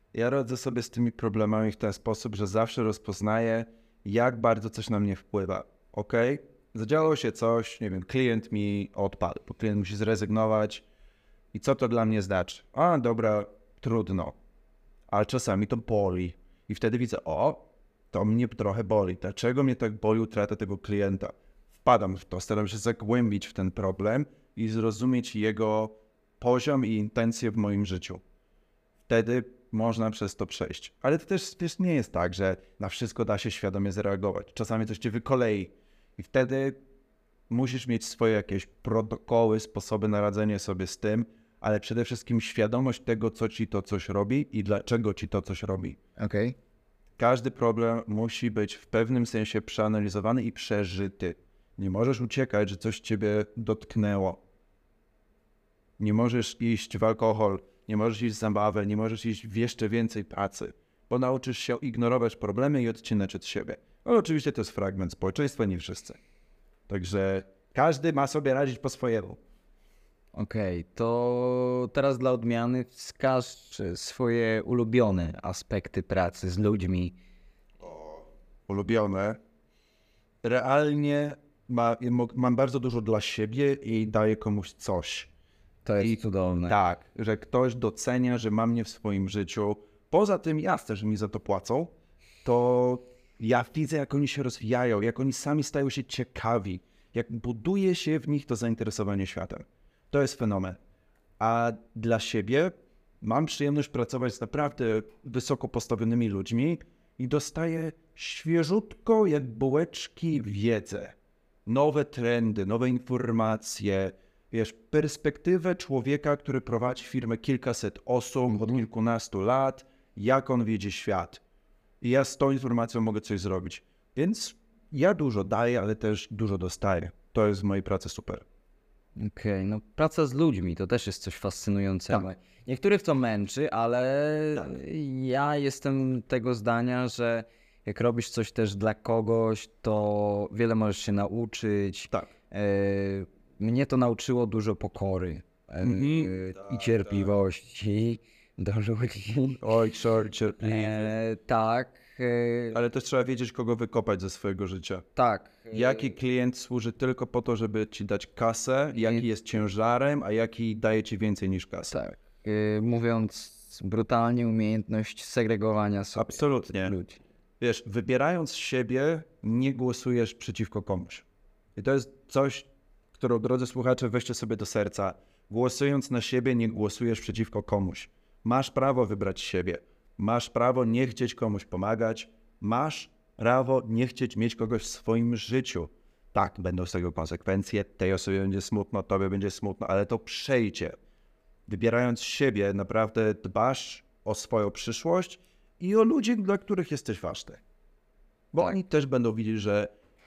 Ja radzę sobie z tymi problemami w ten sposób, że zawsze rozpoznaję, jak bardzo coś na mnie wpływa. Ok? Zadziało się coś, nie wiem, klient mi odpadł, bo klient musi zrezygnować. I co to dla mnie znaczy? A, dobra, trudno. Ale czasami to boli. I wtedy widzę, to mnie trochę boli. Dlaczego mnie tak boli utrata tego klienta? Wpadam w to, staram się zagłębić w ten problem i zrozumieć jego poziom i intencje w moim życiu. Wtedy można przez to przejść. Ale to też nie jest tak, że na wszystko da się świadomie zareagować. Czasami coś cię wykolei i wtedy musisz mieć swoje jakieś protokoły, sposoby na radzenie sobie z tym, ale przede wszystkim świadomość tego, co ci to coś robi i dlaczego ci to coś robi. Okej. Każdy problem musi być w pewnym sensie przeanalizowany i przeżyty. Nie możesz uciekać, że coś ciebie dotknęło. Nie możesz iść w alkohol, nie możesz iść w zabawę, nie możesz iść w jeszcze więcej pracy, bo nauczysz się ignorować problemy i odcinać od siebie. Ale oczywiście to jest fragment społeczeństwa, nie wszyscy. Także każdy ma sobie radzić po swojemu. Okej, to teraz dla odmiany wskaż swoje ulubione aspekty pracy z ludźmi. Ulubione. Realnie mam bardzo dużo dla siebie i daję komuś coś. To jest I cudowne. Tak, że ktoś docenia, że ma mnie w swoim życiu. Poza tym jasne, że mi za to płacą, to ja widzę, jak oni się rozwijają, jak oni sami stają się ciekawi, jak buduje się w nich to zainteresowanie światem. To jest fenomen. A dla siebie mam przyjemność pracować z naprawdę wysoko postawionymi ludźmi i dostaję świeżutko jak bułeczki wiedzę. Nowe trendy, nowe informacje, wiesz, perspektywę człowieka, który prowadzi firmę kilkaset osób od kilkunastu lat, jak on widzi świat. I ja z tą informacją mogę coś zrobić. Więc ja dużo daję, ale też dużo dostaję. To jest w mojej pracy super. Okej, no praca z ludźmi to też jest coś fascynującego. Tak. Niektórych to męczy, ale Tak. ja jestem tego zdania, że jak robisz coś też dla kogoś, to wiele możesz się nauczyć. Tak. Mnie to nauczyło dużo pokory i cierpliwości do ludzi. Oj, cierpliwie. Tak, Ale też trzeba wiedzieć, kogo wykopać ze swojego życia. tak. Jaki klient służy tylko po to, żeby ci dać kasę, jaki jest ciężarem, a jaki daje ci więcej niż kasę. Tak. Mówiąc brutalnie, umiejętność segregowania sobie Absolutnie. ludzi. Wiesz, wybierając siebie, nie głosujesz przeciwko komuś. I to jest coś, którą, drodzy słuchacze, weźcie sobie do serca. Głosując na siebie, nie głosujesz przeciwko komuś. Masz prawo wybrać siebie. Masz prawo nie chcieć komuś pomagać. Masz prawo nie chcieć mieć kogoś w swoim życiu. Tak, będą z tego konsekwencje. Tej osobie będzie smutno, tobie będzie smutno, ale to przejdzie. Wybierając siebie, naprawdę dbasz o swoją przyszłość i o ludzi, dla których jesteś ważny. Bo oni też będą widzieć, że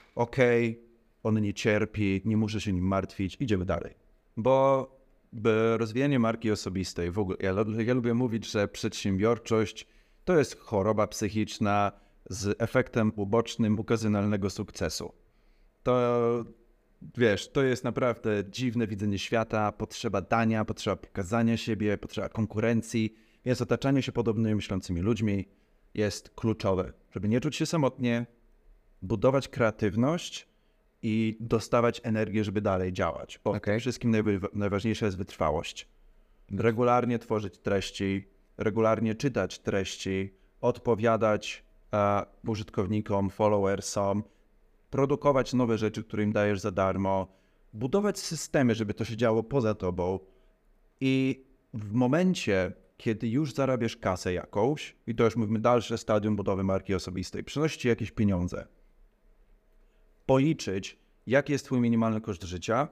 on nie cierpi, nie muszę się nim martwić, idziemy dalej. Bo rozwijanie marki osobistej, w ogóle, ja lubię mówić, że przedsiębiorczość to jest choroba psychiczna z efektem ubocznym okazjonalnego sukcesu. To, wiesz, to jest naprawdę dziwne widzenie świata, potrzeba dania, potrzeba pokazania siebie, potrzeba konkurencji, więc otaczanie się podobnymi myślącymi ludźmi jest kluczowe, żeby nie czuć się samotnie, budować kreatywność i dostawać energię, żeby dalej działać. Bo przede wszystkim najważniejsza jest wytrwałość. Regularnie tworzyć treści, regularnie czytać treści, odpowiadać użytkownikom, followersom, produkować nowe rzeczy, które im dajesz za darmo, budować systemy, żeby to się działo poza tobą i w momencie, kiedy już zarabiasz kasę jakąś, i to już mówimy dalsze stadium budowy marki osobistej, przynosi ci jakieś pieniądze, policzyć, jaki jest twój minimalny koszt życia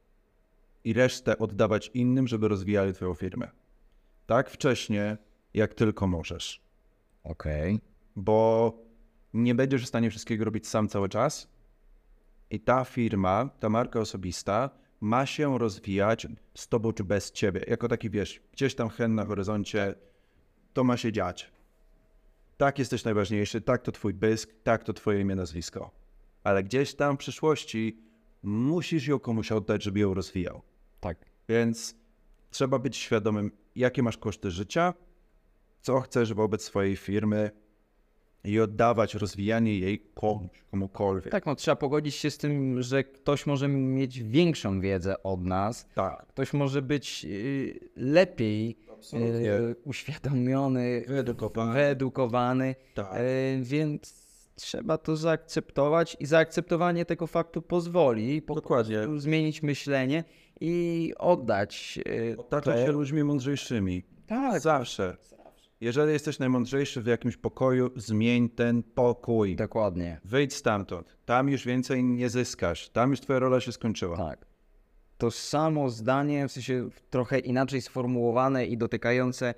i resztę oddawać innym, żeby rozwijali twoją firmę. Tak wcześnie, jak tylko możesz. Okej. Bo nie będziesz w stanie wszystkiego robić sam cały czas i ta firma, ta marka osobista ma się rozwijać z tobą czy bez ciebie. Jako taki, wiesz, gdzieś tam hen na horyzoncie, to ma się dziać. Tak jesteś najważniejszy, tak to twój bysk, tak to twoje imię, nazwisko. Ale gdzieś tam w przyszłości musisz ją komuś oddać, żeby ją rozwijał. Tak. Więc trzeba być świadomym, jakie masz koszty życia co chcesz wobec swojej firmy i oddawać rozwijanie jej komukolwiek. Tak, no trzeba pogodzić się z tym, że ktoś może mieć większą wiedzę od nas, Tak. ktoś może być lepiej Absolutnie. uświadomiony, wyedukowany, Tak. więc trzeba to zaakceptować i zaakceptowanie tego faktu pozwoli po Dokładnie. prostu zmienić myślenie i oddać Otaczać się ludźmi mądrzejszymi. Tak, Zawsze. Jeżeli jesteś najmądrzejszy w jakimś pokoju, zmień ten pokój. dokładnie. Wyjdź stamtąd. Tam już więcej nie zyskasz. Tam już twoja rola się skończyła. Tak. To samo zdanie, w sensie trochę inaczej sformułowane i dotykające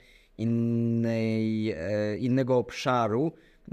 innego obszaru.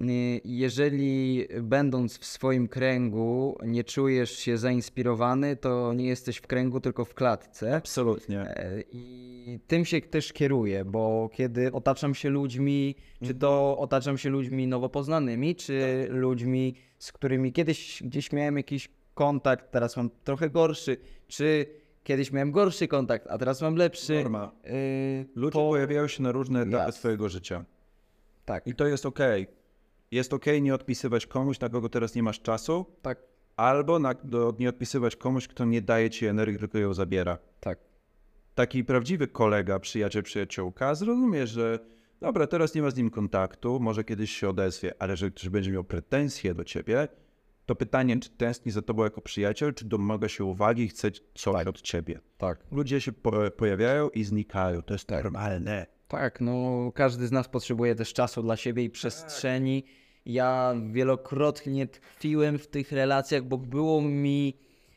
Jeżeli będąc w swoim kręgu nie czujesz się zainspirowany, to nie jesteś w kręgu, tylko w klatce. Absolutnie. I tym się też kieruję, bo kiedy otaczam się ludźmi, czy to otaczam się ludźmi nowo poznanymi, czy ludźmi, z którymi kiedyś gdzieś miałem jakiś kontakt, teraz mam trochę gorszy, czy kiedyś miałem gorszy kontakt, a teraz mam lepszy. Norma. Ludzie pojawiają się na różne etapy Jasne. swojego życia. Tak, I to jest okej. Jest okej nie odpisywać komuś, na kogo teraz nie masz czasu, tak, albo nie odpisywać komuś, kto nie daje ci energii, tylko ją zabiera. tak. Taki prawdziwy kolega, przyjaciel, przyjaciółka zrozumie, że dobra, teraz nie ma z nim kontaktu, może kiedyś się odezwie, ale że ktoś będzie miał pretensje do ciebie, to pytanie, czy tęskni za tobą jako przyjaciel, czy domaga się uwagi i chce coś od ciebie. Tak. Ludzie się pojawiają i znikają, to jest normalne. Tak, no każdy z nas potrzebuje też czasu dla siebie i przestrzeni. Ja wielokrotnie tkwiłem w tych relacjach, bo było mi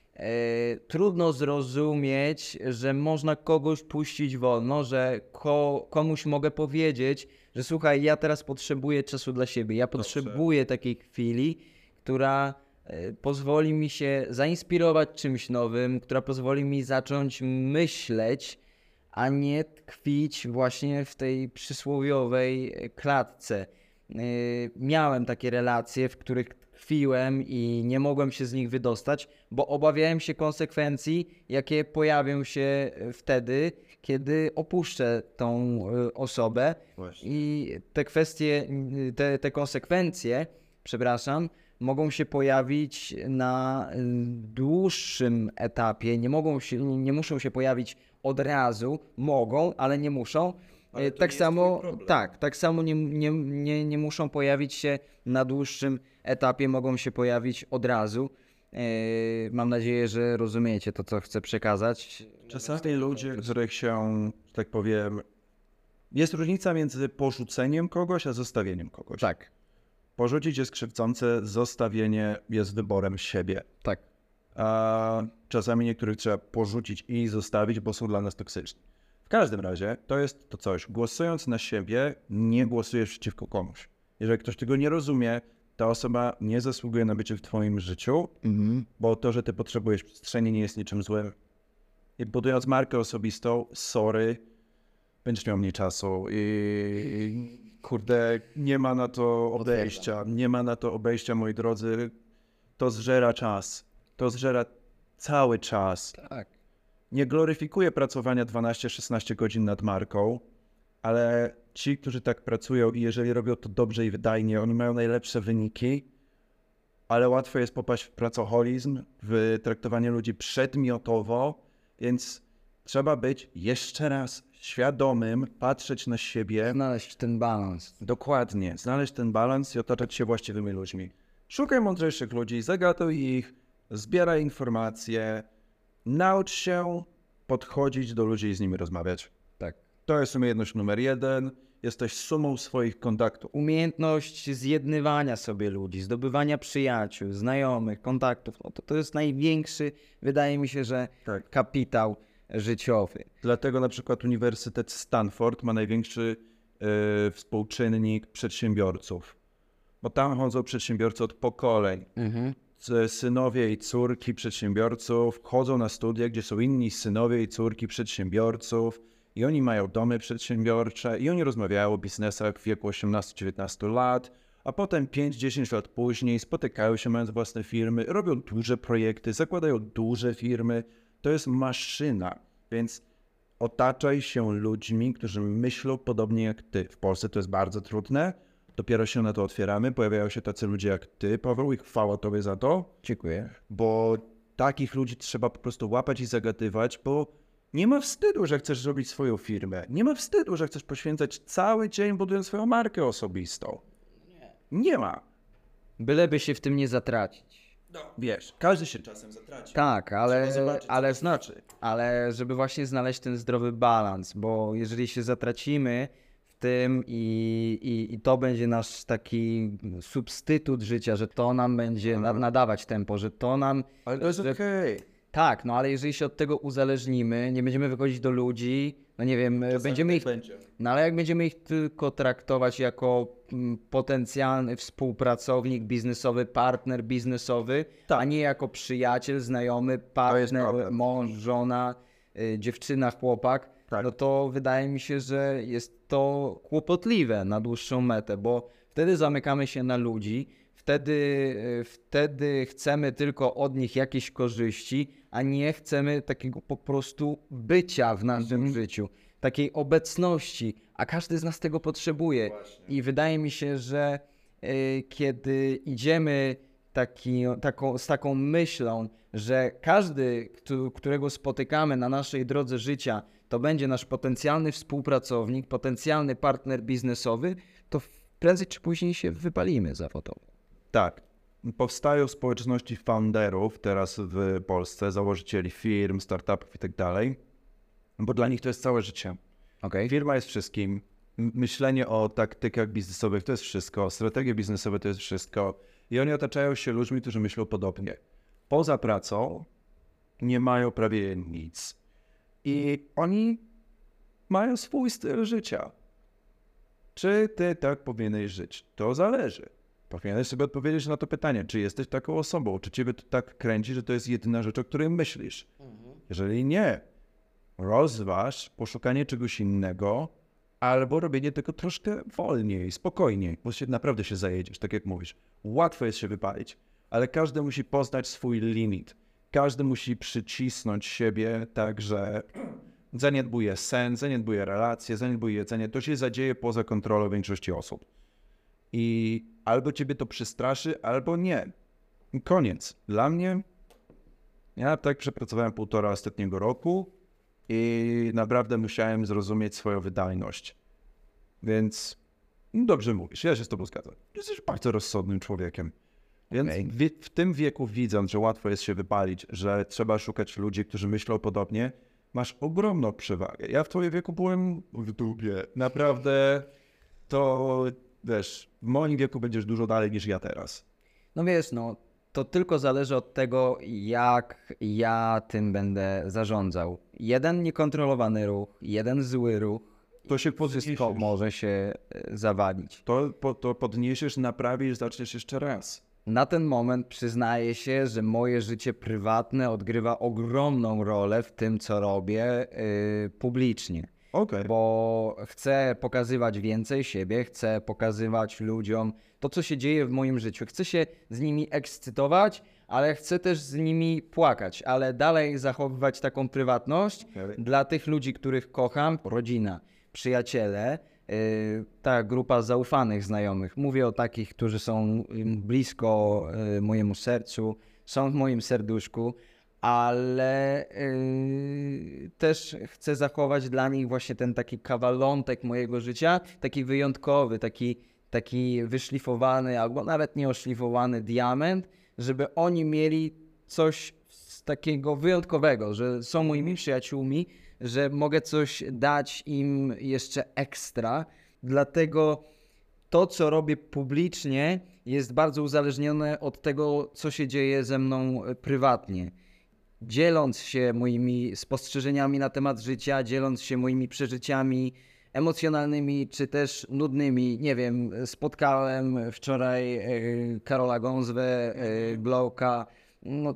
trudno zrozumieć, że można kogoś puścić wolno, że komuś mogę powiedzieć, że słuchaj, ja teraz potrzebuję czasu dla siebie, ja potrzebuję takiej chwili, która pozwoli mi się zainspirować czymś nowym, która pozwoli mi zacząć myśleć, a nie tkwić właśnie w tej przysłowiowej klatce. Miałem takie relacje, w których tkwiłem i nie mogłem się z nich wydostać, bo obawiałem się konsekwencji, jakie pojawią się wtedy, kiedy opuszczę tą osobę. Właśnie. I te kwestie, te konsekwencje, przepraszam, mogą się pojawić na dłuższym etapie, nie muszą się pojawić od razu, mogą, ale nie muszą. Ale to Tak nie jest samo, twój problem. tak samo nie muszą pojawić się na dłuższym etapie, mogą się pojawić od razu. Mam nadzieję, że rozumiecie to, co chcę przekazać. Czasami ludzie, których się, że tak powiem, jest różnica między porzuceniem kogoś, a zostawieniem kogoś. Tak, Porzucić jest krzywdzące, zostawienie jest wyborem siebie. tak, A czasami niektórych trzeba porzucić i zostawić, bo są dla nas toksyczni. W każdym razie to jest to coś. Głosując na siebie, nie głosujesz przeciwko komuś. Jeżeli ktoś tego nie rozumie, ta osoba nie zasługuje na bycie w twoim życiu, bo to, że ty potrzebujesz przestrzeni, nie jest niczym złym. I budując markę osobistą, sorry, będziesz miał mniej czasu i kurde, nie ma na to obejścia. Nie ma na to obejścia, moi drodzy. To zżera czas. To zżera cały czas. tak. Nie gloryfikuję pracowania 12-16 godzin nad marką, ale ci, którzy tak pracują i jeżeli robią to dobrze i wydajnie, oni mają najlepsze wyniki, ale łatwo jest popaść w pracoholizm, w traktowanie ludzi przedmiotowo, więc trzeba być jeszcze raz świadomym, patrzeć na siebie. Znaleźć ten balans. Dokładnie, znaleźć ten balans i otaczać się właściwymi ludźmi. Szukaj mądrzejszych ludzi, zagatuj ich, zbieraj informacje, naucz się podchodzić do ludzi i z nimi rozmawiać. Tak. To jest umiejętność numer 1. Jesteś sumą swoich kontaktów. Umiejętność zjednywania sobie ludzi, zdobywania przyjaciół, znajomych, kontaktów, no to jest największy, wydaje mi się, że Tak. kapitał życiowy. Dlatego na przykład Uniwersytet Stanford ma największy współczynnik przedsiębiorców. Bo tam chodzą przedsiębiorcy od pokoleń. Synowie i córki przedsiębiorców chodzą na studia, gdzie są inni synowie i córki przedsiębiorców i oni mają domy przedsiębiorcze i oni rozmawiają o biznesach w wieku 18-19 lat, a potem 5-10 lat później spotykają się, mając własne firmy, robią duże projekty, zakładają duże firmy. To jest maszyna, więc Otaczaj się ludźmi, którzy myślą podobnie jak ty. W Polsce to jest bardzo trudne. Dopiero się na to otwieramy. Pojawiają się tacy ludzie jak ty, Paweł, i chwała tobie za to. Dziękuję. Bo takich ludzi trzeba po prostu łapać i zagadywać, bo nie ma wstydu, że chcesz zrobić swoją firmę. Nie ma wstydu, że chcesz poświęcać cały dzień budując swoją markę osobistą. Nie ma. Byleby się w tym nie zatracić. Wiesz, każdy się czasem zatraci. Tak, Trzeba ale, zobaczyć, co ale, to znaczy. ale żeby właśnie znaleźć ten zdrowy balans, bo jeżeli się zatracimy w tym i to będzie nasz taki substytut życia, że to nam będzie nadawać tempo, że to nam... Ale to jest że- okej. Tak, no ale jeżeli się od tego uzależnimy, nie będziemy wychodzić do ludzi, no nie wiem, będziemy ich... Będzie. No ale jak będziemy ich tylko traktować jako potencjalny współpracownik biznesowy, partner biznesowy, Tak. a nie jako przyjaciel, znajomy, jest partner, problem. mąż, żona, dziewczyna, chłopak, Tak. no to wydaje mi się, że jest to kłopotliwe na dłuższą metę, bo wtedy zamykamy się na ludzi, wtedy chcemy tylko od nich jakieś korzyści, a nie chcemy takiego po prostu bycia w naszym życiu, takiej obecności, a każdy z nas tego potrzebuje. I wydaje mi się, że kiedy idziemy z taką myślą, że każdy, którego spotykamy na naszej drodze życia, to będzie nasz potencjalny współpracownik, potencjalny partner biznesowy, to prędzej czy później się wypalimy zawodowo. Tak. Powstają społeczności founderów teraz w Polsce, założycieli firm, startupów i tak dalej, bo dla nich to jest całe życie. Okay. Firma jest wszystkim. Myślenie o taktykach biznesowych to jest wszystko. Strategie biznesowe to jest wszystko. I oni otaczają się ludźmi, którzy myślą podobnie. Poza pracą nie mają prawie nic. I oni mają swój styl życia. Czy ty tak powinieneś żyć? To zależy. Powinieneś sobie odpowiedzieć na to pytanie, czy jesteś taką osobą, czy ciebie to tak kręci, że to jest jedyna rzecz, o której myślisz. Jeżeli nie, rozważ poszukanie czegoś innego albo robienie tego troszkę wolniej, spokojniej, bo naprawdę się zajedziesz, tak jak mówisz. Łatwo jest się wypalić, ale każdy musi poznać swój limit. Każdy musi przycisnąć siebie tak, że zaniedbuje sen, zaniedbuje relacje, zaniedbuje jedzenie. To się zadzieje poza kontrolą większości osób. I albo ciebie to przestraszy, albo nie. I koniec. Dla mnie, ja tak przepracowałem 1,5 ostatniego roku i naprawdę musiałem zrozumieć swoją wydajność. Więc dobrze mówisz, ja się z tobą zgadzam. Jesteś bardzo rozsądnym człowiekiem. Więc w tym wieku, widząc, że łatwo jest się wypalić, że trzeba szukać ludzi, którzy myślą podobnie, masz ogromną przewagę. Ja w twoim wieku byłem w dupie. Naprawdę to, wiesz, w moim wieku będziesz dużo dalej niż ja teraz. No wiesz, no to tylko zależy od tego, jak ja tym będę zarządzał. Jeden niekontrolowany ruch, jeden zły ruch, To się wszystko podniesiesz. może się zawalić. To podniesiesz, naprawisz, zaczniesz jeszcze raz. Na ten moment przyznaję się, że moje życie prywatne odgrywa ogromną rolę w tym, co robię publicznie. Okej. Bo chcę pokazywać więcej siebie, chcę pokazywać ludziom to, co się dzieje w moim życiu. Chcę się z nimi ekscytować, ale chcę też z nimi płakać, ale dalej zachowywać taką prywatność dla tych ludzi, których kocham, rodzina, przyjaciele, ta grupa zaufanych znajomych. Mówię o takich, którzy są blisko mojemu sercu, są w moim serduszku, ale też chcę zachować dla nich właśnie ten taki kawalątek mojego życia, taki wyjątkowy, taki wyszlifowany albo nawet nieoszlifowany diament, żeby oni mieli coś takiego wyjątkowego, że są moimi przyjaciółmi, że mogę coś dać im jeszcze ekstra. Dlatego to, co robię publicznie, jest bardzo uzależnione od tego, co się dzieje ze mną prywatnie. Dzieląc się moimi spostrzeżeniami na temat życia, dzieląc się moimi przeżyciami emocjonalnymi czy też nudnymi. Nie wiem, spotkałem wczoraj Karola Gązwę, Blowka, no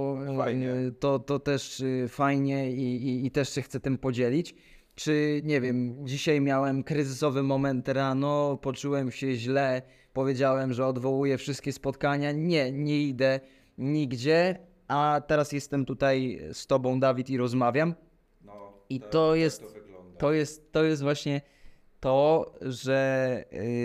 to też fajnie i też się chcę tym podzielić. Czy, nie wiem, dzisiaj miałem kryzysowy moment rano, poczułem się źle, powiedziałem, że odwołuję wszystkie spotkania. Nie idę nigdzie, a teraz jestem tutaj z tobą, Dawid, i rozmawiam. I to jest, wygląda. to jest właśnie to, że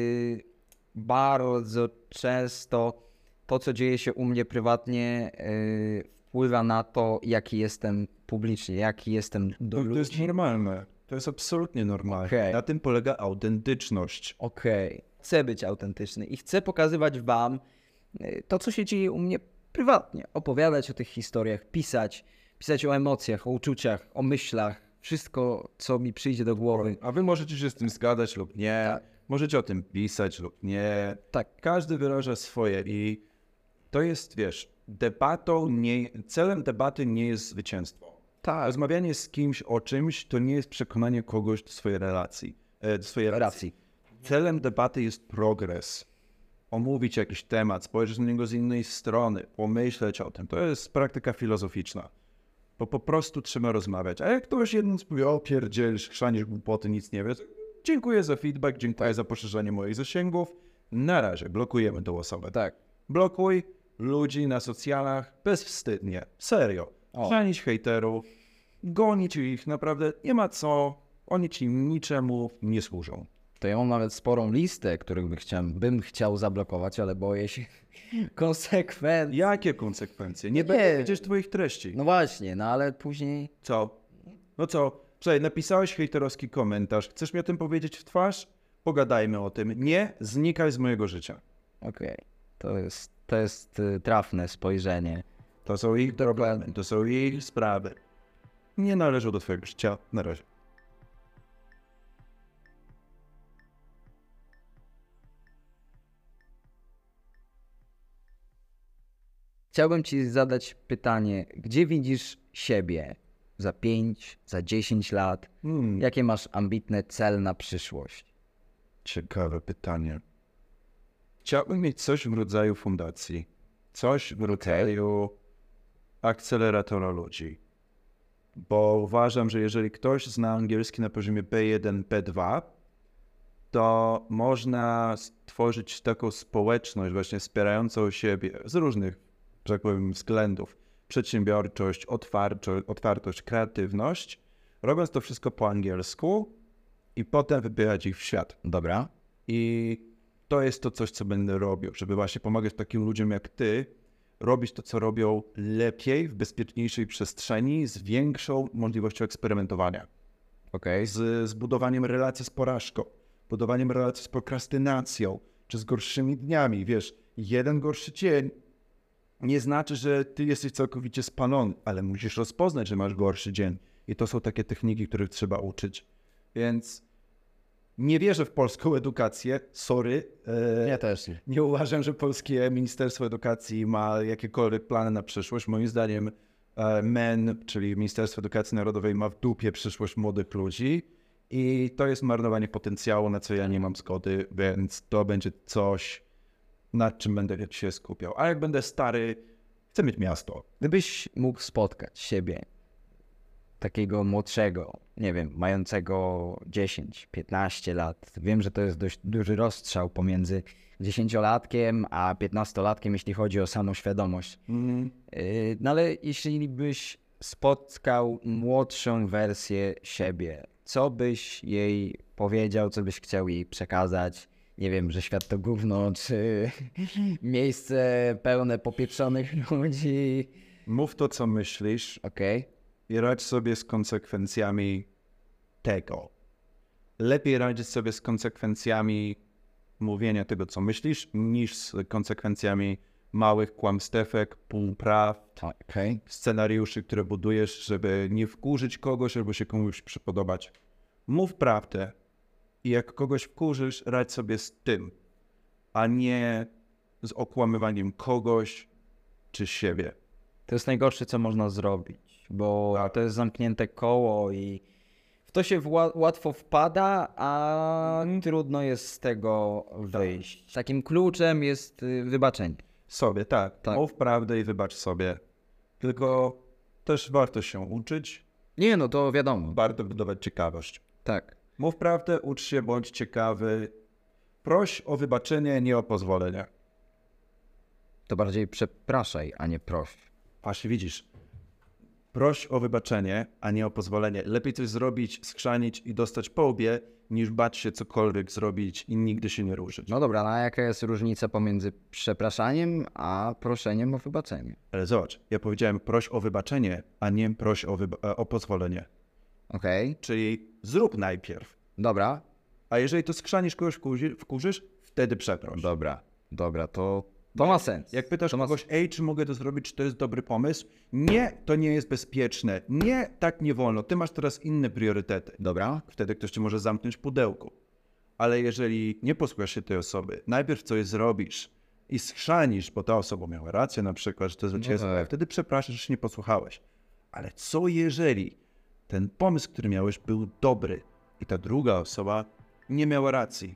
bardzo często to, co dzieje się u mnie prywatnie, wpływa na to, jaki jestem publicznie, jaki jestem do To jest ludzi. normalne. To jest absolutnie normalne. Okej. Na tym polega autentyczność. Okej. Chcę być autentyczny i chcę pokazywać wam to, co się dzieje u mnie prywatnie. Opowiadać o tych historiach, pisać o emocjach, o uczuciach, o myślach, wszystko, co mi przyjdzie do głowy. A wy możecie się z tym zgadzać lub nie. Tak. Możecie o tym pisać lub nie. Tak. Każdy wyraża swoje i to jest, wiesz, celem debaty nie jest zwycięstwo. Tak. Rozmawianie z kimś o czymś to nie jest przekonanie kogoś do swojej relacji. Do swojej racji. Celem debaty jest progres. Omówić jakiś temat, spojrzeć na niego z innej strony, pomyśleć o tym. To jest praktyka filozoficzna. Bo po prostu trzeba rozmawiać. A jak ktoś jeden powie, o pierdzielisz, chrzanisz głupoty, nic nie wiesz. Dziękuję za feedback, dziękuję za poszerzanie moich zasięgów. Na razie blokujemy tą osobę. Tak. Blokuj ludzi na socjalach bezwstydnie. Serio. O. Chrzanić hejterów, gonić ich, naprawdę nie ma co. Oni ci niczemu nie służą. To ja mam nawet sporą listę, których bym chciał zablokować, ale boję się konsekwencji. Jakie konsekwencje? Nie będę wiedzieć twoich treści. No właśnie, no ale później... Co? No co? Słuchaj, napisałeś hejterowski komentarz. Chcesz mi o tym powiedzieć w twarz? Pogadajmy o tym. Nie, znikaj z mojego życia. Okej. To jest trafne spojrzenie. To są ich problemy, to są ich sprawy. Nie należą do twojego życia. Na razie. Chciałbym ci zadać pytanie, gdzie widzisz siebie za 5, za 10 lat? Jakie masz ambitny cel na przyszłość? Ciekawe pytanie. Chciałbym mieć coś w rodzaju fundacji. Coś w rodzaju akceleratora ludzi. Bo uważam, że jeżeli ktoś zna angielski na poziomie B1, B2, to można stworzyć taką społeczność właśnie wspierającą siebie z różnych, że tak powiem, względów. Przedsiębiorczość, otwartość, kreatywność. Robiąc to wszystko po angielsku i potem wypychać ich w świat. Dobra. I to jest to coś, co będę robił, żeby właśnie pomagać takim ludziom jak ty, robić to, co robią lepiej, w bezpieczniejszej przestrzeni, z większą możliwością eksperymentowania. Okej. Z budowaniem relacji z porażką, budowaniem relacji z prokrastynacją, czy z gorszymi dniami. Wiesz, jeden gorszy dzień nie znaczy, że ty jesteś całkowicie spalony, ale musisz rozpoznać, że masz gorszy dzień. I to są takie techniki, których trzeba uczyć. Więc nie wierzę w polską edukację, sorry. Ja też nie. Nie uważam, że polskie Ministerstwo Edukacji ma jakiekolwiek plany na przyszłość. Moim zdaniem MEN, czyli Ministerstwo Edukacji Narodowej, ma w dupie przyszłość młodych ludzi i to jest marnowanie potencjału, na co ja nie mam zgody, więc to będzie coś, nad czym będę się skupiał. A jak będę stary, chcę mieć miasto. Gdybyś mógł spotkać siebie, takiego młodszego, nie wiem, mającego 10, 15 lat. Wiem, że to jest dość duży rozstrzał pomiędzy 10-latkiem a 15-latkiem, jeśli chodzi o samoświadomość. No ale jeśli byś spotkał młodszą wersję siebie, co byś jej powiedział, co byś chciał jej przekazać? Nie wiem, że świat to gówno, czy miejsce pełne popieprzonych ludzi. Mów to, co myślisz, Okej. i radź sobie z konsekwencjami tego. Lepiej radzić sobie z konsekwencjami mówienia tego, co myślisz, niż z konsekwencjami małych kłamstewek, półpraw, Okej. scenariuszy, które budujesz, żeby nie wkurzyć kogoś albo się komuś przypodobać. Mów prawdę i jak kogoś wkurzysz, radź sobie z tym, a nie z okłamywaniem kogoś czy siebie. To jest najgorsze, co można zrobić, bo to jest zamknięte koło i w to się łatwo wpada, a trudno jest z tego wyjść. Takim kluczem jest wybaczenie. Sobie, tak. Tak. Mów prawdę i wybacz sobie. Tylko też warto się uczyć, Nie, no to wiadomo. warto budować ciekawość. Tak. Mów prawdę, ucz się, bądź ciekawy. Proś o wybaczenie, nie o pozwolenie. To bardziej przepraszaj, a nie proś. Właśnie widzisz, Proś o wybaczenie, a nie o pozwolenie. Lepiej coś zrobić, schrzanić i dostać po łbie, niż bać się cokolwiek zrobić i nigdy się nie ruszyć. No dobra, no a jaka jest różnica pomiędzy przepraszaniem a proszeniem o wybaczenie? Ale zobacz, ja powiedziałem proś o wybaczenie, a nie proś o pozwolenie. Okej, Czyli zrób najpierw, dobra, a jeżeli to schrzanisz, kogoś wkurzysz, wtedy przeproś. dobra, to ma sens. Jak pytasz To ma kogoś, ej, czy mogę to zrobić, czy to jest dobry pomysł? Nie, to nie jest bezpieczne. Nie, tak nie wolno. Ty masz teraz inne priorytety. Dobra, Wtedy ktoś ci może zamknąć w pudełku. Ale jeżeli nie posłuchasz się tej osoby, najpierw coś zrobisz i schrzanisz, bo ta osoba miała rację na przykład, że to jest dla ciebie tak. złe, wtedy przepraszasz, że się nie posłuchałeś. Ale co jeżeli ten pomysł, który miałeś, był dobry i ta druga osoba nie miała racji?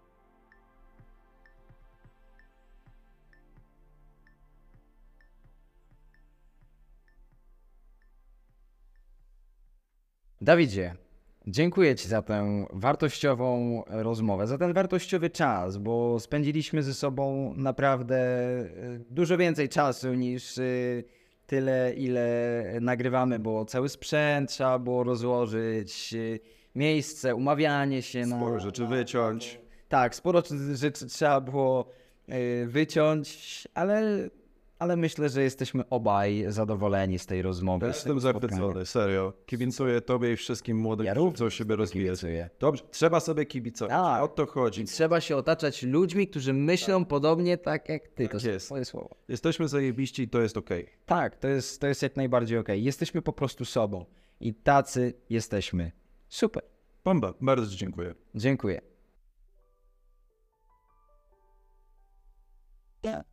Dawidzie, dziękuję Ci za tę wartościową rozmowę, za ten wartościowy czas, bo spędziliśmy ze sobą naprawdę dużo więcej czasu niż tyle, ile nagrywamy, bo cały sprzęt trzeba było rozłożyć, miejsce, umawianie się na... Sporo rzeczy wyciąć. Tak, sporo rzeczy trzeba było wyciąć, ale myślę, że jesteśmy obaj zadowoleni z tej rozmowy. z Jestem tego spotkania. zachwycony, serio. Kibicuję tobie i wszystkim młodym, Ja którzy również chcą siebie rozwijać. kibicuję. Dobrze, trzeba sobie kibicować. Tak. O to chodzi. I trzeba się otaczać ludźmi, którzy myślą podobnie tak jak ty. To są jest. twoje słowa. Jesteśmy zajebiści i to jest okej. Tak, to jest jak najbardziej okej. Jesteśmy po prostu sobą. I tacy jesteśmy. Super. Bomba, bardzo ci dziękuję. Dziękuję.